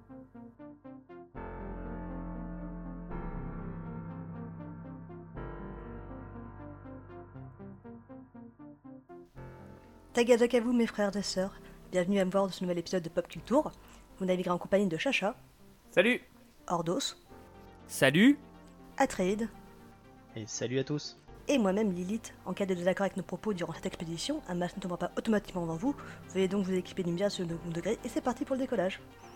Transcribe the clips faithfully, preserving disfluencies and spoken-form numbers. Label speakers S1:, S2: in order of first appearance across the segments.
S1: Tagadak à vous mes frères et sœurs, bienvenue à me voir de ce nouvel épisode de Pop Culture. Vous naviguerez en compagnie de Chacha,
S2: Salut.
S1: Ordos,
S2: Salut.
S1: Atreide,
S3: Et salut à tous.
S1: et moi-même Lilith. En cas de désaccord avec nos propos durant cette expédition, un masque ne tombera pas automatiquement devant vous. Veuillez donc vous équiper d'une bière sur le second degré et c'est parti pour le décollage.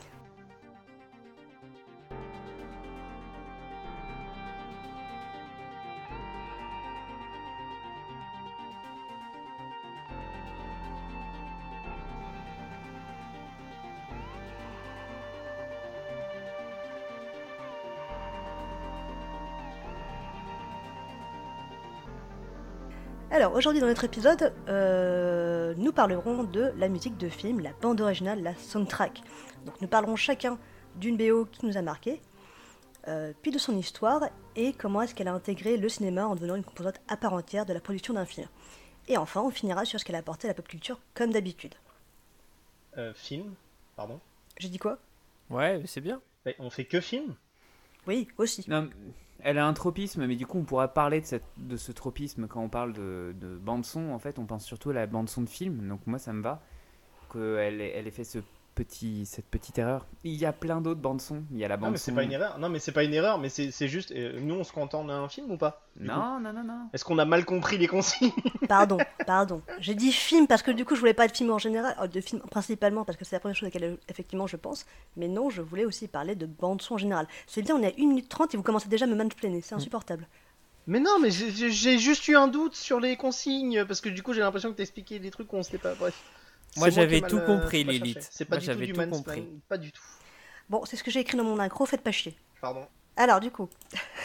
S1: Alors aujourd'hui dans notre épisode, euh, nous parlerons de la musique de film, la bande originale, la soundtrack. Donc nous parlerons chacun d'une B O qui nous a marqué, euh, puis de son histoire et comment est-ce qu'elle a intégré le cinéma en devenant une composante à part entière de la production d'un film. Et enfin on finira sur ce qu'elle a apporté à la pop culture comme d'habitude.
S3: Euh, film, pardon.
S1: J'ai dit quoi ?
S2: Ouais, c'est bien.
S3: Ouais, on fait que film.
S1: Oui, aussi.
S2: Non, elle a un tropisme, mais du coup, on pourra parler de, cette, de ce tropisme quand on parle de, de bande-son. En fait, on pense surtout à la bande-son de film. Donc, moi, ça me va qu'elle ait, elle ait fait ce petit, cette petite erreur. Il y a plein d'autres bandes-son. Il y a la
S3: Non
S2: bande-son.
S3: mais c'est pas une erreur. Non mais c'est pas une erreur, mais c'est, c'est juste. euh, nous on se contente d'un film ou pas du coup
S2: Non, non, non, non.
S3: Est-ce qu'on a mal compris les consignes?
S1: Pardon, pardon. J'ai dit film parce que du coup je voulais pas de film en général, euh, de film principalement parce que c'est la première chose à laquelle euh, effectivement je pense, mais non, je voulais aussi parler de bande son en général. C'est bien, on est à une minute trente et vous commencez déjà à me mansplainer, c'est insupportable.
S3: Mais non, mais j'ai, j'ai- j'ai juste eu un doute sur les consignes parce que du coup j'ai l'impression que t'expliquais des trucs qu'on sait pas. Bref.
S2: Moi,
S3: C'est
S2: j'avais
S3: qui ai
S2: tout
S3: mal, euh,
S2: compris,
S3: pas
S2: Lilith.
S3: cherché. C'est pas
S2: Moi,
S3: du
S2: j'avais
S3: tout du
S2: tout
S3: mansplain,
S2: compris.
S3: pas du tout.
S1: Bon, c'est ce que j'ai écrit dans mon intro, faites pas chier.
S3: Pardon.
S1: Alors du coup...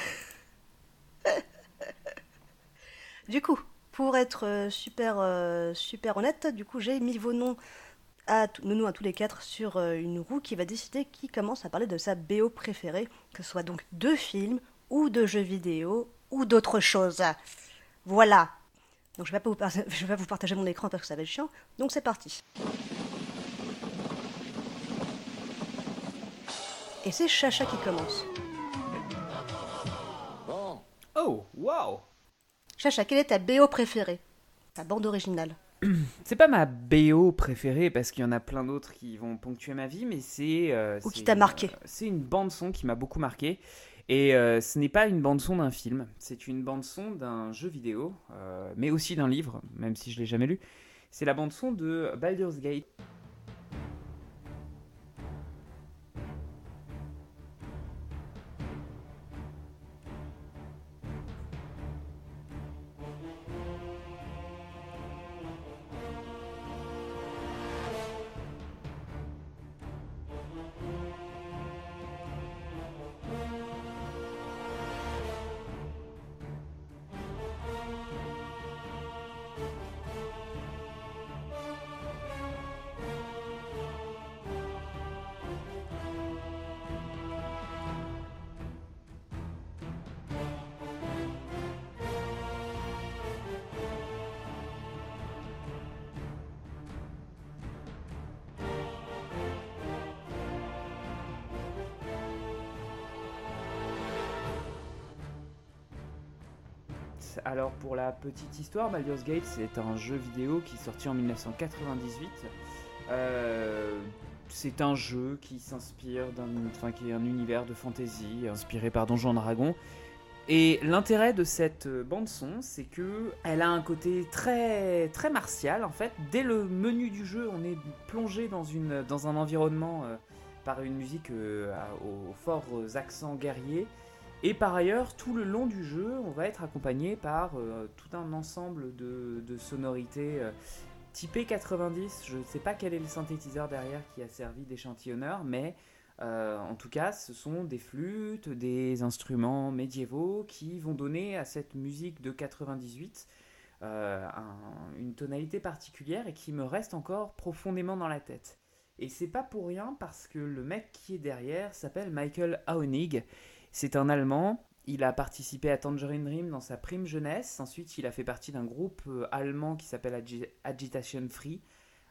S1: du coup, pour être euh, super, euh, super honnête, du coup j'ai mis vos noms à t- nous, nous à tous les quatre sur euh, une roue qui va décider qui commence à parler de sa B O préférée, que ce soit donc de films ou de jeux vidéo ou d'autres choses. Voilà. Donc je vais pas vous, par- je vais pas vous partager mon écran parce que ça va être chiant. Donc c'est parti. Et c'est Chacha qui commence.
S2: Oh, waouh.
S1: Chacha, quelle est ta B O préférée? Ta bande originale.
S2: C'est pas ma B O préférée parce qu'il y en a plein d'autres qui vont ponctuer ma vie, mais c'est. euh,
S1: Ou qui
S2: c'est
S1: t'a
S2: une-
S1: marqué.
S2: C'est une bande-son qui m'a beaucoup marqué. Et euh, ce n'est pas une bande-son d'un film, c'est une bande-son d'un jeu vidéo, euh, mais aussi d'un livre, même si je l'ai jamais lu. C'est la bande-son de Baldur's Gate. Alors pour la petite histoire, Baldur's Gate c'est un jeu vidéo qui est sorti en dix-neuf cent quatre-vingt-dix-huit. Euh, c'est un jeu qui s'inspire d'un, enfin qui est un univers de fantasy inspiré par Donjons et Dragons. Et l'intérêt de cette bande son, c'est que elle a un côté très très martial en fait. Dès le menu du jeu, on est plongé dans une dans un environnement euh, par une musique euh, à- aux forts accents guerriers. Et par ailleurs, tout le long du jeu, on va être accompagné par euh, tout un ensemble de, de sonorités euh, typées quatre-vingt-dix. Je ne sais pas quel est le synthétiseur derrière qui a servi d'échantillonneur, mais euh, en tout cas, ce sont des flûtes, des instruments médiévaux qui vont donner à cette musique de quatre-vingt-dix-huit euh, un- une tonalité particulière et qui me reste encore profondément dans la tête. Et c'est pas pour rien parce que le mec qui est derrière s'appelle Michael Hoenig. C'est un Allemand, il a participé à Tangerine Dream dans sa prime jeunesse, ensuite il a fait partie d'un groupe euh, allemand qui s'appelle Agi- Agitation Free,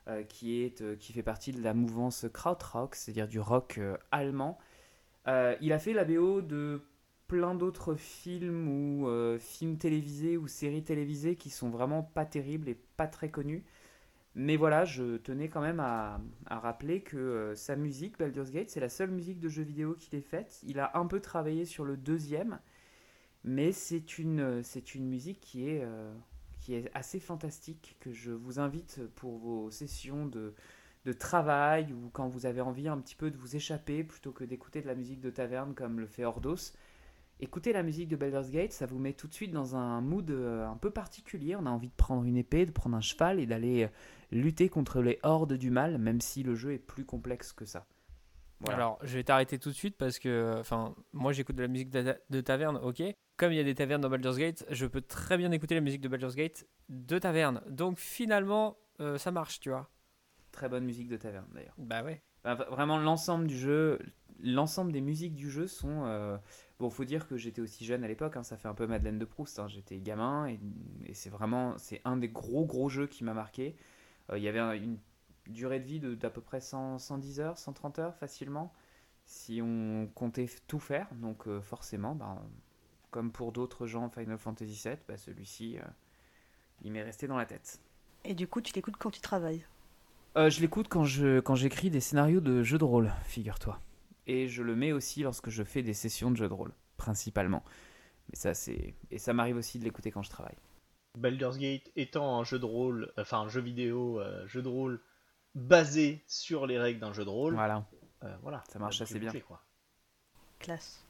S2: euh, qui, est, euh, qui fait partie de la mouvance Krautrock, c'est-à-dire du rock euh, allemand. Euh, il a fait la B O de plein d'autres films ou euh, films télévisés ou séries télévisées qui sont vraiment pas terribles et pas très connus. Mais voilà, je tenais quand même à, à rappeler que euh, sa musique, Baldur's Gate, c'est la seule musique de jeu vidéo qu'il ait faite. Il a un peu travaillé sur le deuxième, mais c'est une, c'est une musique qui est, euh, qui est assez fantastique, que je vous invite pour vos sessions de, de travail ou quand vous avez envie un petit peu de vous échapper plutôt que d'écouter de la musique de taverne comme le fait Ordos. Écoutez la musique de Baldur's Gate, ça vous met tout de suite dans un mood euh, un peu particulier. On a envie de prendre une épée, de prendre un cheval et d'aller euh, lutter contre les hordes du mal, même si le jeu est plus complexe que ça. Voilà.
S4: Alors, je vais t'arrêter tout de suite parce que, enfin, moi j'écoute de la musique de, de taverne, ok. Comme il y a des tavernes dans Baldur's Gate, je peux très bien écouter la musique de Baldur's Gate de taverne. Donc finalement, euh, ça marche, tu vois.
S2: Très bonne musique de taverne d'ailleurs.
S4: Bah ouais.
S2: Bah, vraiment, l'ensemble du jeu, l'ensemble des musiques du jeu sont. Euh... Bon, faut dire que j'étais aussi jeune à l'époque, hein, ça fait un peu Madeleine de Proust. Hein, j'étais gamin et, et c'est vraiment, c'est un des gros gros jeux qui m'a marqué. Euh, Il y avait un, une durée de vie de, d'à peu près cent, cent dix heures, cent trente heures facilement, si on comptait tout faire. Donc euh, forcément, bah, on, comme pour d'autres gens Final Fantasy sept, bah, celui-ci, euh, il m'est resté dans la tête.
S1: Et du coup, tu l'écoutes quand tu travailles?
S2: Euh, je l'écoute quand, je, quand j'écris des scénarios de jeux de rôle, figure-toi. Et je le mets aussi lorsque je fais des sessions de jeux de rôle, principalement. Mais ça, c'est... Et ça m'arrive aussi de l'écouter quand je travaille.
S3: Baldur's Gate étant un jeu de rôle, enfin un jeu vidéo, euh, jeu de rôle basé sur les règles d'un jeu de rôle.
S2: Voilà,
S3: euh, voilà
S2: ça marche assez bien.
S3: bouclé, quoi.
S1: Classe.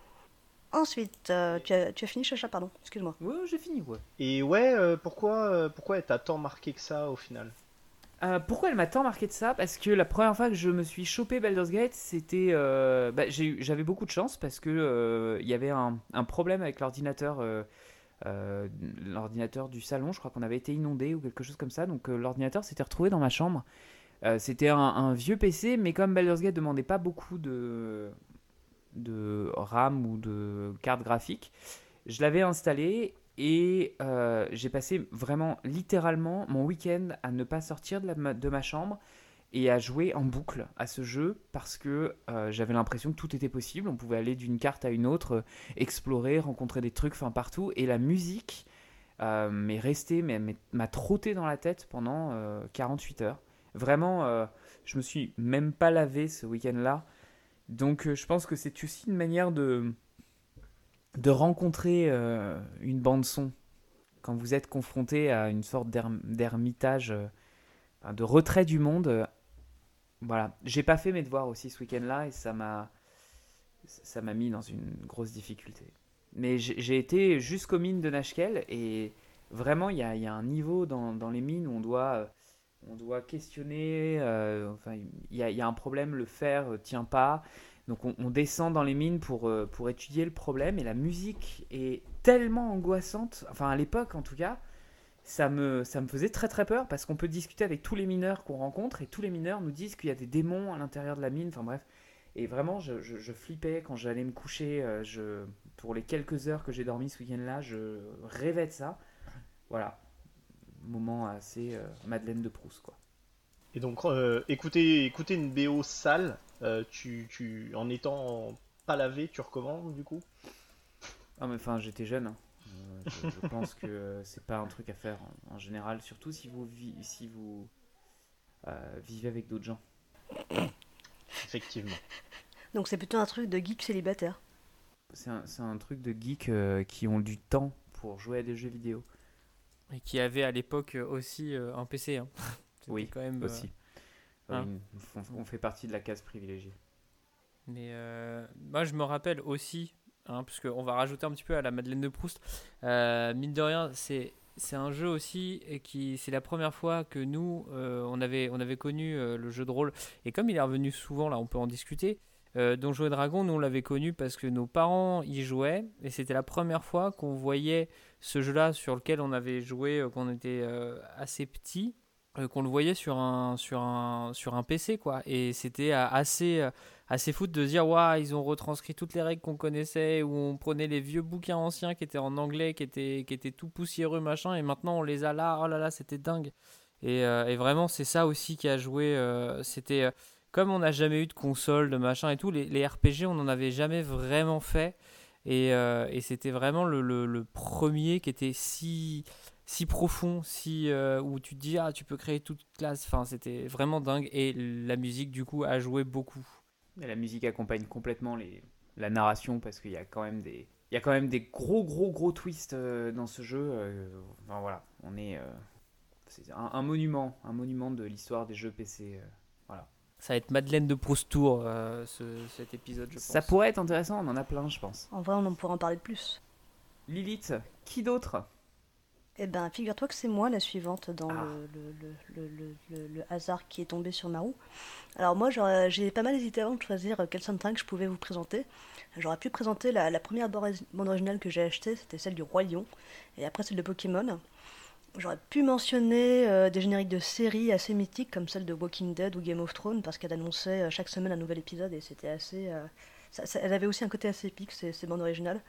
S1: Ensuite, euh, tu, as, tu as fini, Chacha, pardon, excuse-moi.
S2: Ouais, j'ai fini, ouais.
S3: Et ouais, euh, pourquoi, euh, pourquoi elle t'a tant marqué que ça au final?
S2: Euh, pourquoi elle m'a tant marqué de ça? Parce que la première fois que je me suis chopé Baldur's Gate, c'était, euh, bah, j'ai eu- j'avais beaucoup de chance parce que euh, il y avait un, un problème avec l'ordinateur, euh, euh, l'ordinateur du salon. Je crois qu'on avait été inondé ou quelque chose comme ça. Donc euh, l'ordinateur s'était retrouvé dans ma chambre. Euh, c'était un, un vieux P C, mais comme Baldur's Gate demandait pas beaucoup de de RAM ou de carte graphique, je l'avais installé. Et euh, j'ai passé vraiment littéralement mon week-end à ne pas sortir de, la, de ma chambre et à jouer en boucle à ce jeu parce que euh, j'avais l'impression que tout était possible. On pouvait aller d'une carte à une autre, euh, explorer, rencontrer des trucs, enfin partout. Et la musique euh, m'est restée, mais, mais, m'a trotté dans la tête pendant euh, quarante-huit heures. Vraiment, euh, je me suis même pas lavé ce week-end-là. Donc euh, je pense que c'est aussi une manière de... de rencontrer euh, une bande-son quand vous êtes confronté à une sorte d'erm- d'ermitage, euh, de retrait du monde. Euh, voilà, j'ai pas fait mes devoirs aussi ce week-end-là et ça m'a, ça m'a mis dans une grosse difficulté. Mais j'ai, j'ai été jusqu'aux mines de Nashkel et vraiment il y a, y a un niveau dans, dans les mines où on doit, euh, on doit questionner. Euh, enfin, il y a, y a un problème, le fer euh, tient pas. Donc on, on descend dans les mines pour, euh, pour étudier le problème et la musique est tellement angoissante, enfin à l'époque en tout cas, ça me, ça me faisait très très peur parce qu'on peut discuter avec tous les mineurs qu'on rencontre et tous les mineurs nous disent qu'il y a des démons à l'intérieur de la mine, enfin bref. Et vraiment je, je, je flippais quand j'allais me coucher, euh, je, pour les quelques heures que j'ai dormi ce week-end-là, je rêvais de ça. Voilà, moment assez euh, Madeleine de Proust quoi.
S3: Et donc, euh, écouter, écouter une B O sale, euh, tu, tu, en étant pas lavé, tu recommandes du coup?
S2: Ah mais enfin j'étais jeune, hein. Euh, je, je pense que euh, c'est pas un truc à faire en, en général, surtout si vous, vi- si vous euh, vivez avec d'autres gens.
S3: Effectivement.
S1: Donc c'est plutôt un truc de geek célibataire.
S2: C'est un, c'est un truc de geeks euh, qui ont du temps pour jouer à des jeux vidéo.
S4: Et qui avait à l'époque euh, aussi euh, un P C. Hein. C'était
S2: Oui,
S4: quand même, euh,
S2: aussi.
S4: hein.
S2: Oui, on, on fait partie de la case privilégiée.
S4: Mais euh, moi, je me rappelle aussi, hein, parce qu'on va rajouter un petit peu à la Madeleine de Proust. Euh, mine de rien, c'est c'est un jeu aussi et qui c'est la première fois que nous euh, on avait on avait connu euh, le jeu de rôle. Et comme il est revenu souvent, là, on peut en discuter. Euh, Donjons et Dragons, nous on l'avait connu parce que nos parents y jouaient et c'était la première fois qu'on voyait ce jeu-là sur lequel on avait joué euh, quand on était euh, assez petit. Euh, qu'on le voyait sur un, sur un, sur un P C, quoi. Et c'était euh, assez, euh, assez fou de se dire, waouh, ils ont retranscrit toutes les règles qu'on connaissait, où on prenait les vieux bouquins anciens qui étaient en anglais, qui étaient, qui étaient tout poussiéreux, machin, et maintenant on les a là, oh là là, c'était dingue. Et, euh, et vraiment, c'est ça aussi qui a joué. euh, c'était euh, Comme on n'a jamais eu de console, de machin et tout, les, les R P G, on n'en avait jamais vraiment fait. Et, euh, et c'était vraiment le, le- le premier qui était si, si profond, si, euh, où tu te dis, ah, tu peux créer toute classe. Enfin, c'était vraiment dingue. Et la musique, du coup, a joué beaucoup.
S2: Et la musique accompagne complètement les, la narration parce qu'il y a quand même des, il y a quand même des gros gros gros twists euh, dans ce jeu. euh, enfin voilà, on est, euh, c'est un, un monument, un monument de l'histoire des jeux P C. euh, voilà.
S4: Ça va être Madeleine de Proust Tour, euh, ce- cet épisode, je
S2: Ça
S4: pense.
S2: pourrait être intéressant, on en a plein, je pense.
S1: En vrai, on en pourra en parler de plus.
S2: Lilith, qui d'autre?
S1: Eh ben, figure-toi que c'est moi la suivante dans
S2: Ah.
S1: le, le, le, le, le, le- le hasard qui est tombé sur ma roue. Alors moi, j'aurais- j'ai pas mal hésité avant de choisir quel soundtrack je pouvais vous présenter. J'aurais pu présenter la, la première bande bande originale que j'ai achetée, c'était celle du Roi Lion, et après celle de Pokémon. J'aurais pu mentionner euh, des génériques de séries assez mythiques comme celle de Walking Dead ou Game of Thrones parce qu'elle annonçait euh, chaque semaine un nouvel épisode et c'était assez... euh, ça- ça- elle avait aussi un côté assez épique, ces, ces bandes originales.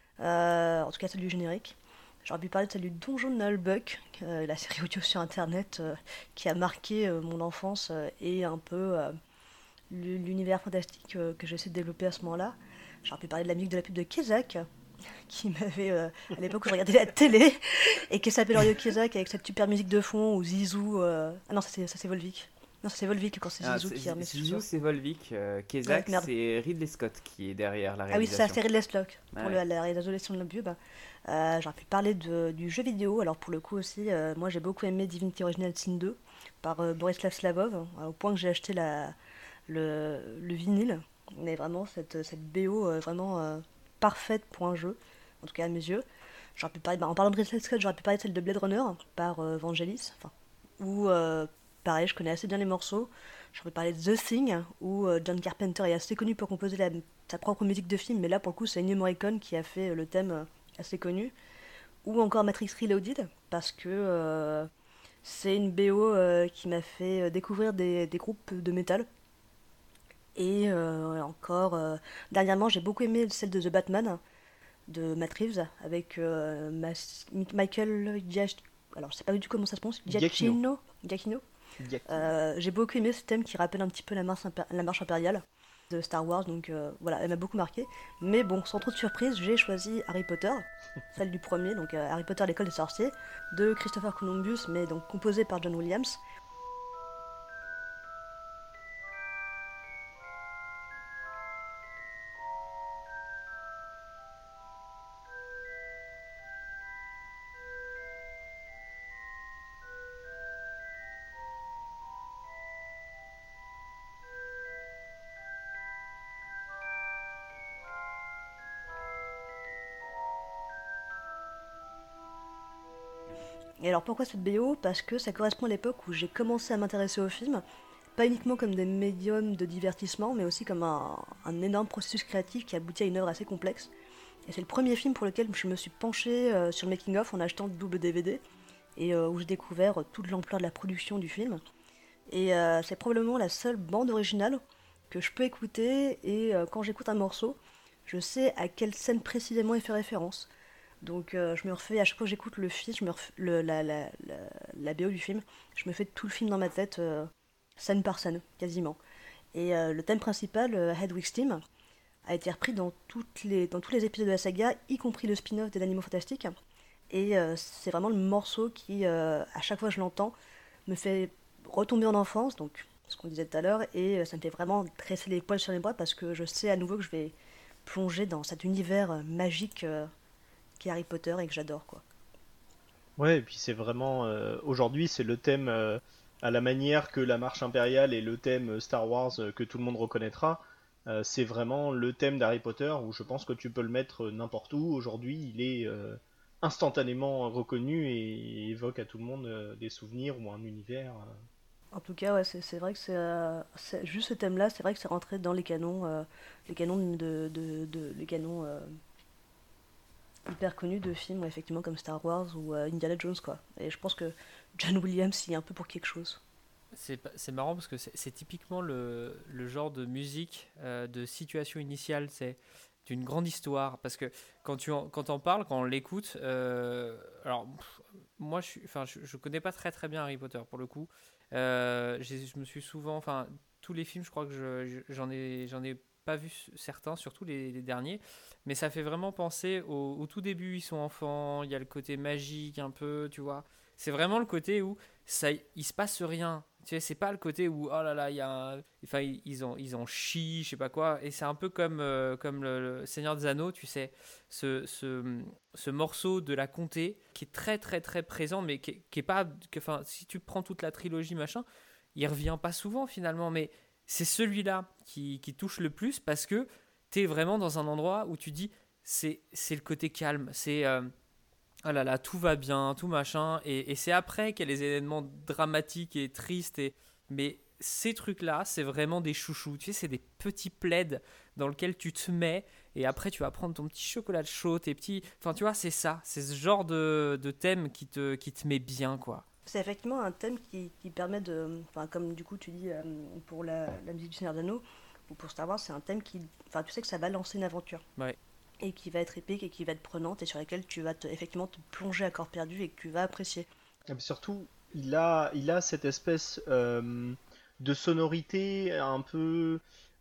S1: Euh, en tout cas celle du générique. J'aurais pu parler de celle du Donjon de Nullbuck, euh, la série audio sur internet euh, qui a marqué euh, mon enfance euh, et un peu euh, l'univers fantastique euh, que j'essaie de développer à ce moment-là. J'aurais pu parler de la musique de la pub de Kezak, qui m'avait, euh, à l'époque où je regardais la télé, et qui s'appelle Orio Kezak avec cette super musique de fond, ou Zizou. euh, Ah non, ça c'est, ça c'est Volvic. Non, ça c'est Volvic quand c'est
S2: Ah,
S1: Zizou
S2: c'est-
S1: qui remet sur
S2: Zizou, c'est Volvic. euh, Kezak,
S1: Ouais, merde.
S2: c'est Ridley Scott qui est derrière la
S1: Ah oui, c'est ça,
S2: réalisation.
S1: c'est Ridley Scott
S2: Ah
S1: pour
S2: ouais.
S1: le- la réalisation de la pub. Euh, J'aurais pu parler de- du jeu vidéo. Alors pour le coup aussi, euh, moi j'ai beaucoup aimé Divinity Original Sin deux par euh, Borislav Slavov, euh, au point que j'ai acheté la, le, le vinyle. Mais vraiment, cette, cette B O euh, vraiment euh, parfaite pour un jeu, en tout cas à mes yeux. J'aurais pu parler, bah, en parlant de Ridley Scott, j'aurais pu parler de celle de Blade Runner par euh, Vangelis, enfin, où euh, pareil, je connais assez bien les morceaux. J'aurais pu parler de The Thing, où euh, John Carpenter est assez connu pour composer la- sa propre musique de film, mais là pour le coup c'est Ennio Morricone qui a fait euh, le thème euh, assez connu. Ou encore Matrix Reloaded, parce que euh, c'est une B O euh, qui m'a fait euh, découvrir des, des groupes de métal. Et euh, encore, euh, dernièrement, j'ai beaucoup aimé celle de The Batman, de Matt Reeves, avec euh, Mas- Michael Giac... Alors, je sais pas du tout comment ça se prononce.
S3: Giacchino.
S1: Giacchino. Giacchino.
S3: Giacchino.
S1: Euh, j'ai beaucoup aimé ce thème qui rappelle un petit peu la marche, impé- la marche impériale de Star Wars, donc euh, voilà, elle m'a beaucoup marqué. Mais bon, sans trop de surprise, j'ai choisi Harry Potter, celle du premier, donc euh, Harry Potter, l'école des sorciers, de Christopher Columbus, mais donc composé par John Williams. Et alors pourquoi cette B O? Parce que ça correspond à l'époque où j'ai commencé à m'intéresser au film, pas uniquement comme des médiums de divertissement, mais aussi comme un, un énorme processus créatif qui aboutit à une œuvre assez complexe. Et c'est le premier film pour lequel je me suis penché euh, sur le making-of en achetant le double D V D, et euh, où j'ai découvert euh, toute l'ampleur de la production du film. Et euh, c'est probablement la seule bande originale que je peux écouter, et euh, quand j'écoute un morceau, je sais à quelle scène précisément il fait référence. Donc euh, je me refais, à chaque fois que j'écoute le film, je me refais- le- la, la, la, la B O du film, je me fais tout le film dans ma tête, euh, scène par scène, quasiment. Et euh, le thème principal, euh, Hedwig's Theme, a été repris dans, toutes les, dans tous les épisodes de la saga, y compris le spin-off des Animaux Fantastiques. Et euh, c'est vraiment le morceau qui, euh, à chaque fois que je l'entends, me fait retomber en enfance, donc ce qu'on disait tout à l'heure, et euh, ça me fait vraiment dresser les poils sur les bras parce que je sais à nouveau que je vais plonger dans cet univers euh, magique euh, qui est Harry Potter et que j'adore, quoi.
S3: Ouais, et puis c'est vraiment euh, aujourd'hui c'est le thème euh, à la manière que la marche impériale et le thème euh, Star Wars euh, que tout le monde reconnaîtra. Euh, c'est vraiment le thème d'Harry Potter où je pense que tu peux le mettre euh, n'importe où. Aujourd'hui, il est euh, instantanément reconnu et évoque à tout le monde euh, des souvenirs ou un univers. euh.
S1: En tout cas, ouais, c'est c'est vrai que c'est euh, c'est- juste ce thème-là, c'est vrai que c'est rentré dans les canons, euh, les canons de, de, de- les canons euh, hyper connus de films, ouais, effectivement comme Star Wars ou euh, Indiana Jones, quoi. Et je pense que John Williams y est un peu pour quelque chose.
S4: C'est pas- c'est marrant parce que c'est c'est typiquement le, le genre de musique, euh, de situation initiale. C'est, d'une grande histoire. Parce que quand tu en, quand on parle, quand on l'écoute, euh, alors pff, moi je suis, enfin je, je connais pas très très bien Harry Potter pour le coup. Euh, j'ai- je me suis souvent, enfin tous les films, je crois que je, je- j'en ai j'en ai pas vu certains, surtout les, les derniers, mais ça fait vraiment penser au, au tout début, ils sont enfants, il y a le côté magique un peu, tu vois. C'est vraiment le côté où ça, il se passe rien. Tu sais, c'est pas le côté où oh là là, il y a un- enfin ils ils en ils en chient, je sais pas quoi, et c'est un peu comme euh, comme le, le Seigneur des Anneaux, tu sais, ce, ce ce morceau de la comté qui est très très très présent, mais qui, est- qui est pas, que, enfin si tu prends toute la trilogie machin, il revient pas souvent finalement, mais c'est celui-là qui, qui touche le plus parce que tu es vraiment dans un endroit où tu dis c'est c'est le côté calme, c'est euh, ah là là, tout va bien, tout machin, et, et c'est après qu'il y a les événements dramatiques et tristes, et... mais ces trucs-là, c'est vraiment des chouchous, tu sais, c'est des petits plaids dans lesquels tu te mets, et après tu vas prendre ton petit chocolat chaud, tes petits... Enfin, tu vois, c'est ça, c'est ce genre de, de thème qui te, qui te met bien, quoi.
S1: C'est effectivement un thème qui, qui permet de. Enfin, comme du coup tu dis euh, pour la, la musique du Seigneur des Anneaux, ou pour Star Wars, c'est un thème qui. Enfin, tu sais que ça va lancer une aventure.
S4: Ouais.
S1: Et qui va être épique et qui va être prenante et sur laquelle tu vas te, effectivement te plonger à corps perdu et que tu vas apprécier.
S3: Et puis surtout, il a, il a cette espèce euh, de sonorité un peu.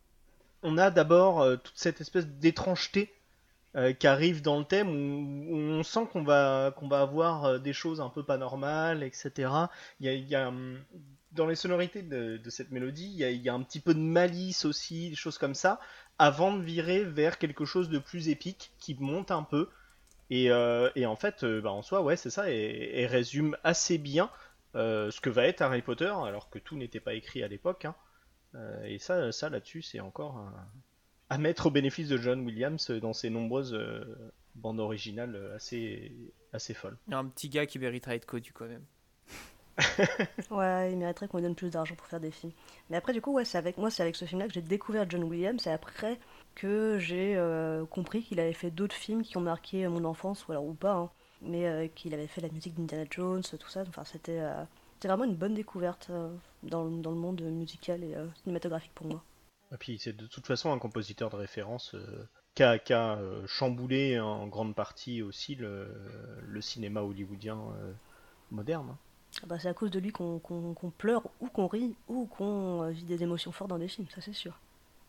S3: On a d'abord euh, toute cette espèce d'étrangeté euh, qui arrive dans le thème où, où on sent qu'on va, qu'on va avoir euh, des choses un peu pas normales, et cetera. Il y a, il y a, hum, dans les sonorités de, de cette mélodie, il y, a, il y a un petit peu de malice aussi, des choses comme ça, avant de virer vers quelque chose de plus épique qui monte un peu. Et, euh, et en fait, euh, bah, en soi, ouais, c'est ça, et, et résume assez bien euh, ce que va être Harry Potter, alors que tout n'était pas écrit à l'époque. Hein. Euh, et ça, ça là-dessus, c'est encore un- à mettre au bénéfice de John Williams dans ses nombreuses euh, bandes originales assez, assez folles.
S4: Il y a un petit gars qui mériterait être connu quand même.
S1: Ouais, il mériterait qu'on lui donne plus d'argent pour faire des films. Mais après, du coup, ouais, c'est avec moi, c'est avec ce film-là que j'ai découvert John Williams, et après que j'ai euh, compris qu'il avait fait d'autres films qui ont marqué mon enfance, ou alors ou pas, hein, mais euh, qu'il avait fait la musique d'Indiana Jones, tout ça. Enfin, c'était euh, c'était vraiment une bonne découverte euh, dans, le- dans le monde musical et euh, cinématographique pour moi.
S3: Et puis, c'est de toute façon un compositeur de référence euh, qui a, qui a, euh, chamboulé en grande partie aussi le, le cinéma hollywoodien euh, moderne. Hein.
S1: Ah bah, c'est à cause de lui qu'on qu'on- qu'on pleure, ou qu'on rit, ou qu'on euh, vit des émotions fortes dans des films, ça c'est sûr.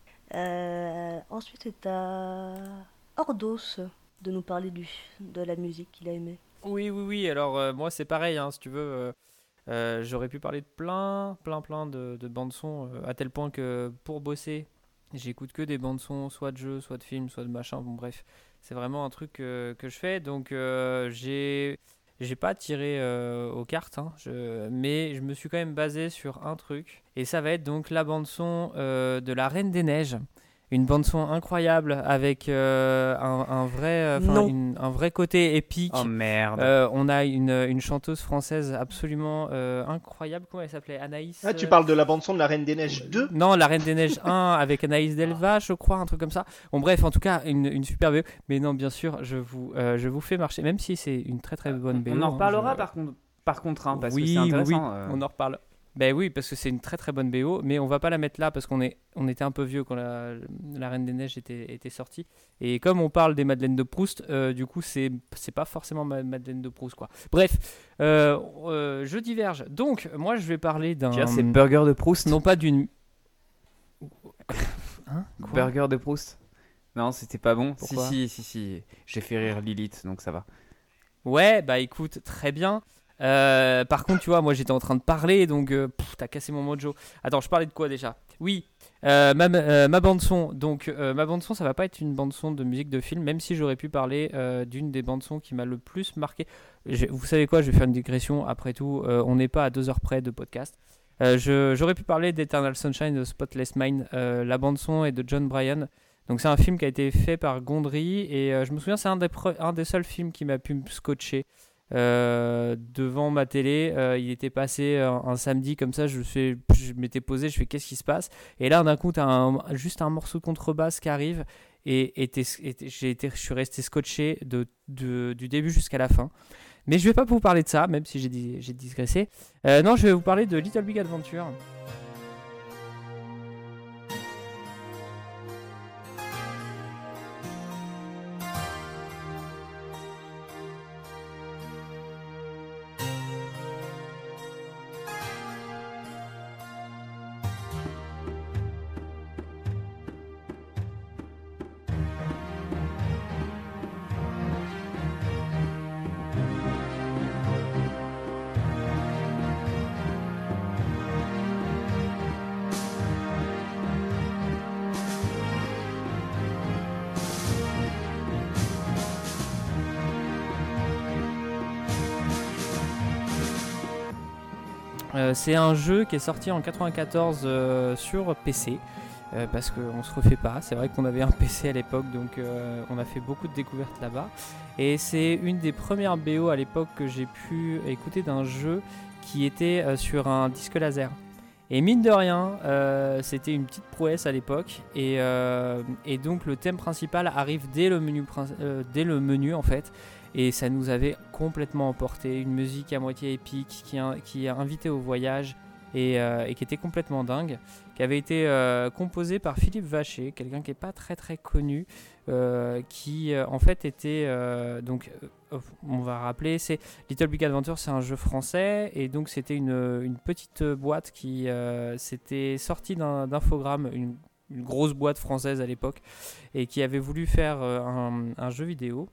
S1: Euh, ensuite, c'est à Ordos de nous parler du, de la musique qu'il a aimée.
S4: Oui, oui, oui. Alors, euh, moi, c'est pareil, hein, si tu veux. euh, euh, j'aurais pu parler de plein, plein, plein de, de bandes-son, euh, à tel point que pour bosser, j'écoute que des bandes-son, soit de jeux, soit de films, soit de machin. Bon, bref, c'est vraiment un truc euh, que je fais. Donc, euh, j'ai. J'ai pas tiré euh, aux cartes, hein, je- mais je me suis quand même basé sur un truc. Et ça va être donc la bande-son euh, de La Reine des Neiges. Une bande-son incroyable avec euh, un, un vrai, euh, 'fin,
S1: Non.
S4: une- un vrai côté épique.
S2: Oh merde.
S4: Euh, on a une, une chanteuse française absolument euh, incroyable. Comment elle s'appelait? Anaïs
S3: Ah, tu
S4: euh,
S3: parles de la bande-son de La Reine des Neiges deux?
S4: Non, La Reine des Neiges un avec Anaïs Delva, je crois, un truc comme ça. Bon, bref, en tout cas, une, une super B O. Mais non, bien sûr, je vous, euh, je vous fais marcher, même si c'est une très très bonne B O.
S2: On en
S4: hein,
S2: reparlera
S4: je-
S2: par contre, par contre hein, parce
S4: oui,
S2: que c'est
S4: oui,
S2: intéressant.
S4: oui,
S2: euh.
S4: on en reparle. Ben oui, parce que c'est une très très bonne B O, mais on va pas la mettre là parce qu'on est, on était un peu vieux quand la, la Reine des Neiges était, était sortie. Et comme on parle des Madeleines de Proust, euh, du coup c'est, c'est pas forcément ma Madeleine de Proust quoi. Bref, euh, euh, je diverge. Donc moi je vais parler d'un,
S2: Tu veux dire, c'est Burger de Proust.
S4: non pas d'une. Hein Quoi
S2: Burger de Proust. Non, c'était pas bon. Si,
S4: Pourquoi
S2: si, si, si. J'ai fait rire Lilith, donc ça va.
S4: Ouais, bah écoute, très bien. Euh, par contre, tu vois, moi j'étais en train de parler, donc euh, pff, t'as cassé mon mojo. Attends, je parlais de quoi déjà? Oui, euh, ma, euh, ma bande son. Donc, euh, ma bande son, ça va pas être une bande son de musique de film, même si j'aurais pu parler euh, d'une des bandes son qui m'a le plus marqué. Je- vous savez quoi? Je vais faire une digression. Après tout, euh, on n'est pas à deux heures près de podcast. Euh, je- j'aurais pu parler d'Eternal Sunshine of Spotless Mind. Euh, la bande son est de John Bryan. Donc c'est un film qui a été fait par Gondry et euh, je me souviens c'est un des, pre- un des seuls films qui m'a pu me scotcher euh, devant ma télé. Euh, il était passé un, un samedi comme ça, je, fais, je m'étais posé, je fais qu'est-ce qui se passe? Et là d'un coup tu as juste un morceau de contrebasse qui arrive et, et, t'es- et t'es- j'ai été, je suis resté scotché de, de- du début jusqu'à la fin. Mais je vais pas vous parler de ça, même si j'ai, di- j'ai digressé. Euh, non, je vais vous parler de Little Big Adventure. Euh, c'est un jeu qui est sorti en quatre-vingt-quatorze euh, sur P C. Euh, parce qu'on se refait pas, c'est vrai qu'on avait un P C à l'époque, donc euh, on a fait beaucoup de découvertes là-bas. Et c'est une des premières B O à l'époque que j'ai pu écouter d'un jeu qui était euh, sur un disque laser. Et mine de rien, euh, c'était une petite prouesse à l'époque, et, euh, et donc le thème principal arrive dès le menu, euh, dès le menu en fait, et ça nous avait complètement emporté, une musique à moitié épique qui, qui a invité au voyage, et, euh, et qui était complètement dingue, qui avait été euh, composé par Philippe Vacher, quelqu'un qui n'est pas très très connu, euh, qui euh, en fait était, euh, donc euh, on va rappeler, c'est Little Big Adventure, c'est un jeu français, et donc c'était une, une petite boîte qui euh, s'était sortie d'un infogramme, une, une grosse boîte française à l'époque, et qui avait voulu faire euh, un, un jeu vidéo.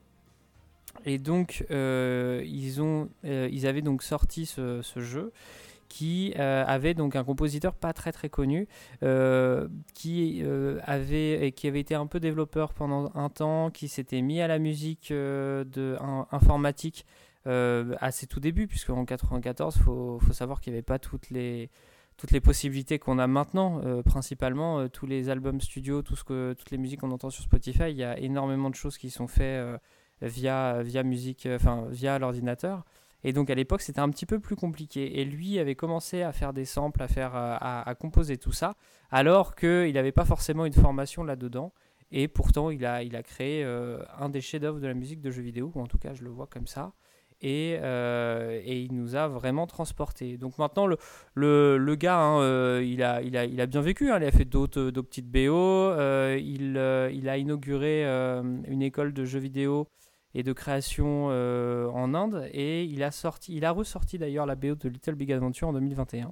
S4: Et donc euh, ils, ont, euh, ils avaient donc sorti ce, ce jeu, qui euh, avait donc un compositeur pas très très connu, euh, qui, euh, avait, et qui avait été un peu développeur pendant un temps, qui s'était mis à la musique euh, de, un, informatique euh, à ses tout débuts, puisque en quatre-vingt-quatorze, il faut, faut savoir qu'il n'y avait pas toutes les, toutes les possibilités qu'on a maintenant, euh, principalement euh, tous les albums studio, tout ce que, toutes les musiques qu'on entend sur Spotify, il y a énormément de choses qui sont faites euh, via, via, musique, enfin, via l'ordinateur. Et donc à l'époque c'était un petit peu plus compliqué, et lui avait commencé à faire des samples, à, faire, à, à composer tout ça, alors qu'il n'avait pas forcément une formation là-dedans, et pourtant il a, il a créé euh, un des chefs-d'œuvre de la musique de jeux vidéo, ou en tout cas je le vois comme ça, et, euh, et il nous a vraiment transportés. Donc maintenant le, le, le gars, hein, euh, il, a, il, a, il a bien vécu, hein, il a fait d'autres, d'autres petites B O, euh, il, euh, il a inauguré euh, une école de jeux vidéo et de création euh, en Inde, et il a, sorti, il a ressorti d'ailleurs la B O de Little Big Adventure en deux mille vingt et un,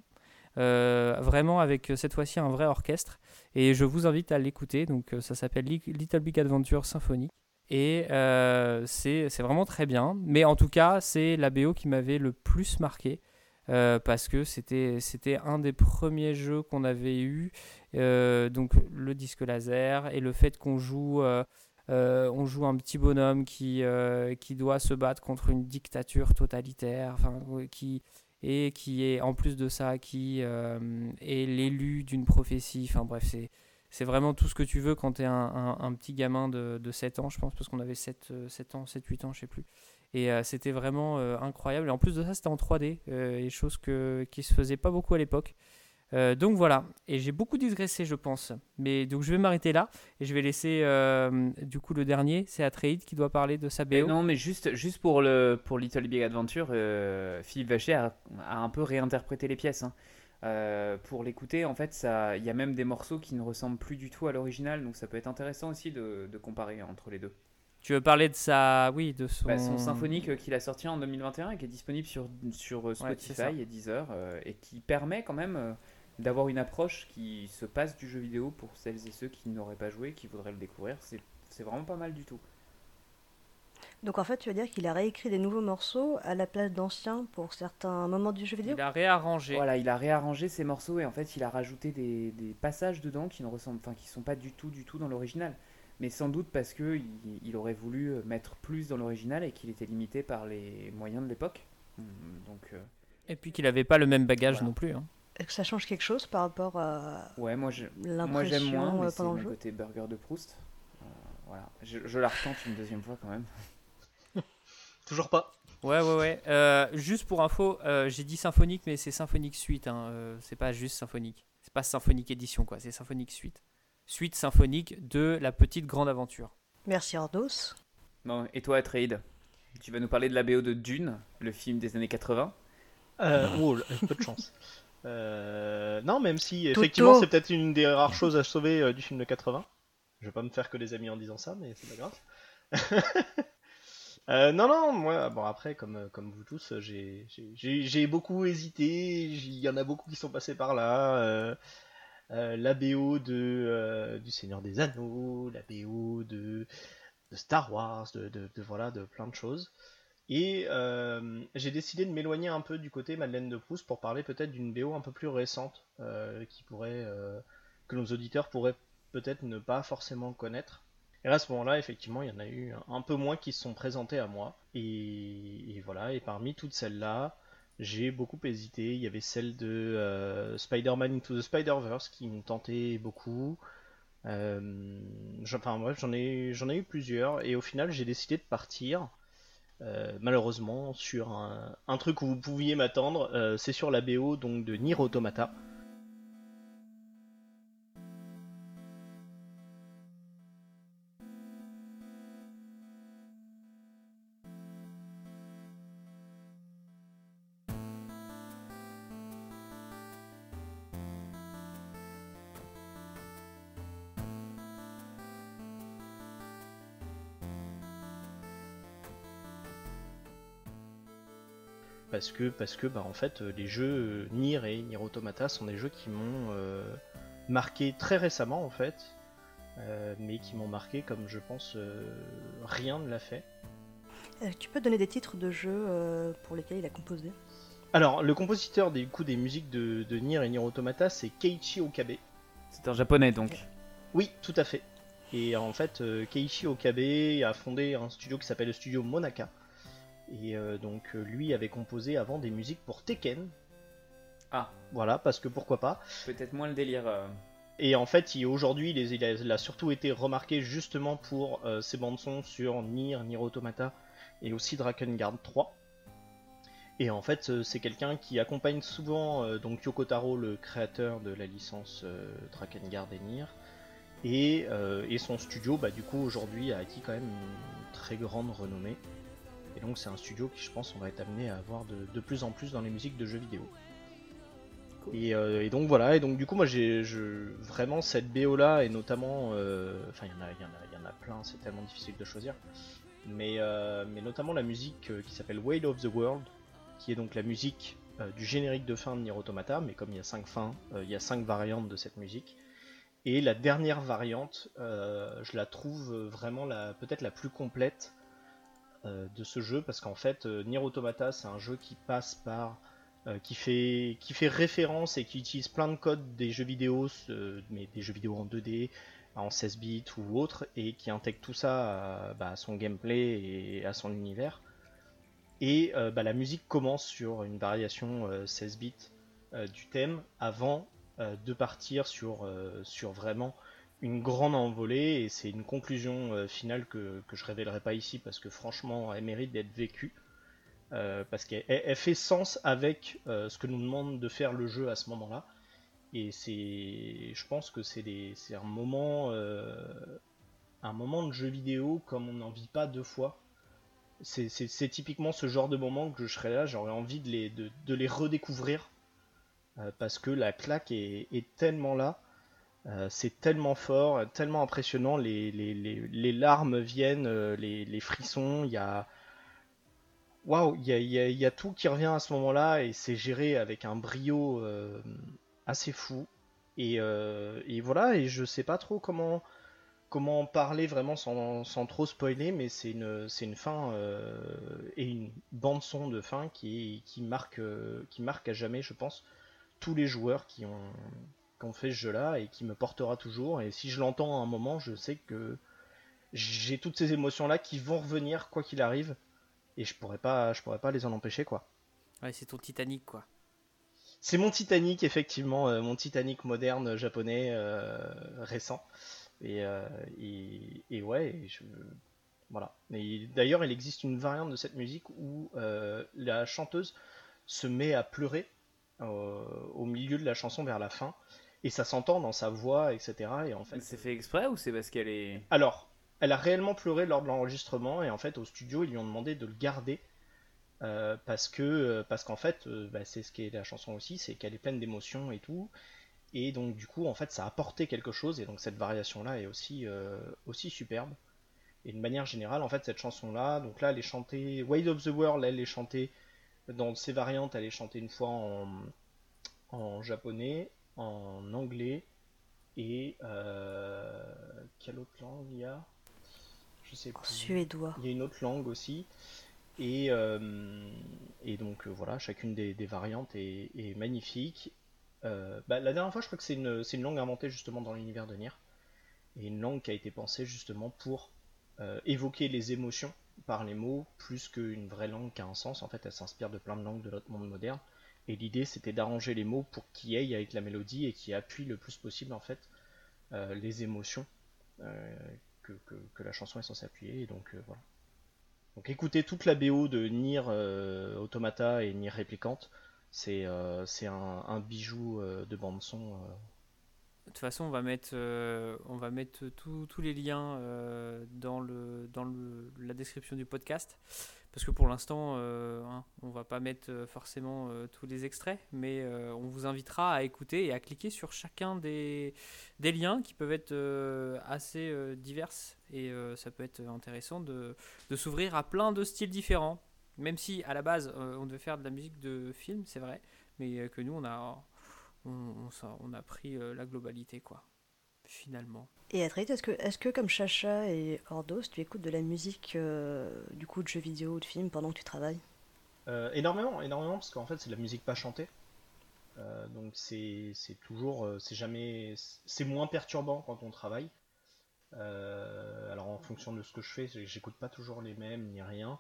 S4: euh, vraiment avec cette fois-ci un vrai orchestre, et je vous invite à l'écouter. Donc ça s'appelle Little Big Adventure Symphonique, et euh, c'est, c'est vraiment très bien, mais en tout cas c'est la B O qui m'avait le plus marqué, euh, parce que c'était, c'était un des premiers jeux qu'on avait eu, euh, donc le disque laser, et le fait qu'on joue... Euh, Euh, on joue un petit bonhomme qui, euh, qui doit se battre contre une dictature totalitaire, enfin, qui, et qui est en plus de ça, qui euh, est l'élu d'une prophétie. Enfin bref, c'est, c'est vraiment tout ce que tu veux quand tu es un, un, un petit gamin de, de sept ans, je pense, parce qu'on avait sept, sept ans, sept huit ans, je sais plus. Et euh, c'était vraiment euh, incroyable. Et en plus de ça, c'était en trois D, euh, et chose que, qui se faisait pas beaucoup à l'époque. Euh, donc voilà, et j'ai beaucoup digressé je pense, mais donc je vais m'arrêter là, et je vais laisser euh, du coup le dernier, c'est Atreide qui doit parler de sa B O.
S2: Mais non, mais juste, juste pour, le, pour Little Big Adventure, euh, Philippe Vacher a, a un peu réinterprété les pièces, hein. Euh, pour l'écouter, en fait, il y a même des morceaux qui ne ressemblent plus du tout à l'original, donc ça peut être intéressant aussi de, de comparer entre les deux.
S4: Tu veux parler de sa... Oui, de son...
S2: Bah, son symphonique euh, qu'il a sorti en deux mille vingt et un et qui est disponible sur, sur euh, Spotify
S4: ouais,
S2: et Deezer, euh, et qui permet quand même euh, d'avoir une approche qui se passe du jeu vidéo pour celles et ceux qui n'auraient pas joué, qui voudraient le découvrir. C'est, c'est vraiment pas mal du tout.
S1: Donc en fait, tu veux dire qu'il a réécrit des nouveaux morceaux à la place d'anciens pour certains moments du jeu vidéo?
S4: Il a réarrangé.
S2: Voilà, il a réarrangé ses morceaux, et en fait il a rajouté des, des passages dedans qui ne ressemblent, enfin qui sont pas du tout du tout dans l'original. Mais sans doute parce que il, il aurait voulu mettre plus dans l'original et qu'il était limité par les moyens de l'époque. Donc euh,
S4: et puis qu'il avait pas le même bagage
S2: voilà.
S4: non plus, hein.
S1: Est-ce que ça change quelque chose par rapport à
S2: ouais, moi, je,
S1: l'impression
S2: moi j'aime moins, mais
S1: euh,
S2: c'est
S1: pendant
S2: mon
S1: le jeu
S2: côté burger de Proust. Euh, voilà, je, je la retente une deuxième fois quand même.
S3: Toujours pas.
S4: Ouais, ouais, ouais. Euh, juste pour info, euh, j'ai dit symphonique, mais c'est symphonique suite, hein. Euh, c'est pas juste symphonique. C'est pas symphonique édition, quoi. C'est symphonique suite. Suite symphonique de La Petite Grande Aventure.
S1: Merci Ordos.
S2: Bon, et toi, Atreide, tu vas nous parler de la B O de Dune, le film des années quatre-vingts.
S3: Euh, oh, peu de chance. Euh, non, même si effectivement
S1: Toto.
S3: c'est peut-être une des rares choses à sauver euh, du film de quatre-vingts. Je vais pas me faire que des amis en disant ça, mais c'est pas grave. euh, non, non, moi, bon après, comme, comme vous tous, j'ai, j'ai, j'ai beaucoup hésité. Il y en a beaucoup qui sont passés par là. Euh, euh, la B O de euh, du Seigneur des Anneaux, la B O de, de Star Wars, de, de, de voilà, de plein de choses. Et euh, j'ai décidé de m'éloigner un peu du côté Madeleine de Proust pour parler peut-être d'une B O un peu plus récente euh, qui pourrait, euh, que nos auditeurs pourraient peut-être ne pas forcément connaître. Et à ce moment-là, effectivement, il y en a eu un peu moins qui se sont présentés à moi. Et, et voilà, et parmi toutes celles-là, J'ai beaucoup hésité. Il y avait celle de euh, Spider-Man Into the Spider-Verse qui me tentait beaucoup. Euh, j'en- enfin bref, j'en ai, j'en ai eu plusieurs et au final j'ai décidé de partir. euh, malheureusement sur un, un truc où vous pouviez m'attendre, euh, c'est sur la B O donc de Nier Automata. Parce que, parce que bah, en fait, euh, les jeux euh, Nier et Nier Automata sont des jeux qui m'ont euh, marqué très récemment en fait, euh, mais qui m'ont marqué comme je pense euh, rien ne l'a fait.
S1: Euh, tu peux donner des titres de jeux euh, pour lesquels il a composé?
S3: Alors, le compositeur des, coup, des musiques de, de Nier et Nier Automata, c'est Keiichi Okabe.
S2: C'est un japonais donc.
S3: Oui, tout à fait. Et en fait, euh, Keiichi Okabe a fondé un studio qui s'appelle le studio Monaka. Et euh, donc, euh, lui avait composé avant des musiques pour Tekken.
S2: Ah,
S3: Voilà, parce que pourquoi pas.
S2: peut-être moins le délire. euh.
S3: Et en fait, il, aujourd'hui, il, il, a, il a surtout été remarqué justement pour euh, ses bandes-sons sur Nier, Nier Automata et aussi Drakengard trois. Et en fait, euh, c'est quelqu'un qui accompagne souvent euh, donc Yoko Taro, le créateur de la licence euh, Drakengard et Nier. Et, euh, et son studio, bah, du coup, aujourd'hui, a acquis quand même une très grande renommée. Et donc, c'est un studio qui, je pense, on va être amené à avoir de, de plus en plus dans les musiques de jeux vidéo.
S2: Cool.
S3: Et, euh, et donc voilà, et donc du coup moi j'ai je, vraiment cette B O là, et notamment, euh, enfin il y, en a, y, en a, y en a plein, c'est tellement difficile de choisir, mais, euh, mais notamment la musique euh, qui s'appelle Whale of the World, qui est donc la musique euh, du générique de fin de Nier Automata, mais comme il y a cinq fins, euh, il y a cinq variantes de cette musique. Et la dernière variante, euh, je la trouve vraiment la, peut-être la plus complète euh, de ce jeu, parce qu'en fait euh, Nier Automata c'est un jeu qui passe par euh, qui, fait, qui fait référence et qui utilise plein de codes des jeux vidéo, euh, mais des jeux vidéo en deux D, en seize bits ou autre, et qui intègre tout ça à, bah, à son gameplay et à son univers. Et euh, bah, la musique commence sur une variation euh, seize bits euh, du thème avant euh, de partir sur, euh, sur vraiment une grande envolée, et c'est une conclusion euh, finale que, que je révélerai pas ici parce que franchement elle mérite d'être vécue. Euh, parce qu'elle elle fait sens avec euh, ce que nous demande de faire le jeu à ce moment-là. Et c'est, je pense que c'est, des, c'est un moment, euh, un moment de jeu vidéo comme on n'en vit pas deux fois. C'est, c'est, c'est typiquement ce genre de moment que je serais là, j'aurais envie de les, de, de les redécouvrir euh, parce que la claque est, est tellement là, euh, c'est tellement fort, tellement impressionnant, les, les, les, les larmes viennent, euh, les, les frissons, il y a waouh, il y a, y a- y a tout qui revient à ce moment-là et c'est géré avec un brio euh, assez fou. Et, euh, et voilà, et je sais pas trop comment, comment en parler vraiment sans, sans trop spoiler, mais c'est une, c'est une fin euh, et une bande-son de fin qui, qui, marque, euh, qui marque à jamais, je pense, tous les joueurs qui ont, qui ont fait ce jeu-là et qui me portera toujours. Et si je l'entends à un moment, je sais que j'ai toutes ces émotions-là qui vont revenir quoi qu'il arrive et je pourrais pas je pourrais pas les en empêcher quoi.
S4: Ouais, c'est ton Titanic, quoi.
S3: C'est mon Titanic effectivement, euh, mon Titanic moderne euh, japonais euh, récent et, euh, et, et ouais et je, voilà. Et d'ailleurs il existe une variante de cette musique où euh, la chanteuse se met à pleurer euh, au milieu de la chanson vers la fin et ça s'entend dans sa voix etc et en fait
S2: C'est fait exprès ou c'est parce qu'elle est.
S3: alors elle a réellement pleuré lors de l'enregistrement et en fait au studio ils lui ont demandé de le garder. Euh, parce que euh, parce qu'en fait euh, bah, c'est ce qui est la chanson aussi, c'est qu'elle est pleine d'émotions et tout, et donc du coup en fait ça a apporté quelque chose, et donc cette variation là est aussi euh, aussi superbe. Et de manière générale en fait cette chanson là, donc là elle est chantée Weight of the World, elle est chantée dans ses variantes, elle est chantée une fois en, en japonais, en anglais et euh, quelle autre langue il y a, je sais
S1: En
S3: plus,
S1: suédois.
S3: il y a une autre langue aussi. Et, euh, et donc euh, voilà, chacune des, des variantes est, est magnifique. Euh, bah, la dernière fois, je crois que c'est une, c'est une langue inventée justement dans l'univers de Nier. Et une langue qui a été pensée justement pour euh, évoquer les émotions par les mots plus qu'une vraie langue qui a un sens. En fait, elle s'inspire de plein de langues de notre monde moderne. Et l'idée, c'était d'arranger les mots pour qu'ils aillent avec la mélodie et qui appuient le plus possible en fait euh, les émotions euh, que, que, que la chanson est censée appuyer. Et donc euh, voilà. Donc écouter toute la B O de Nier euh, Automata et Nier Replicant, c'est euh, c'est un, un bijou euh, de bande son. Euh.
S4: De toute façon, on va mettre, euh, on va mettre tous tous les liens euh, dans, le, dans le, la description du podcast. Parce que pour l'instant, euh, hein, on va pas mettre euh, forcément euh, tous les extraits, mais euh, on vous invitera à écouter et à cliquer sur chacun des, des liens qui peuvent être euh, assez euh, divers. Et euh, ça peut être intéressant de, de s'ouvrir à plein de styles différents. Même si à la base, euh, on devait faire de la musique de film, c'est vrai, mais euh, que nous, on a, on, on, s'en- on a pris euh, la globalité, quoi, finalement.
S1: Et Atreide, est-ce que, est-ce que comme Chacha et Ordos, tu écoutes de la musique euh, du coup de jeux vidéo ou de films pendant que tu travailles?
S3: Euh, énormément, énormément, parce qu'en fait c'est de la musique pas chantée. Euh, donc c'est c'est toujours, euh, c'est jamais, c'est moins perturbant quand on travaille. Euh, alors en fonction de ce que je fais, j'écoute pas toujours les mêmes ni rien.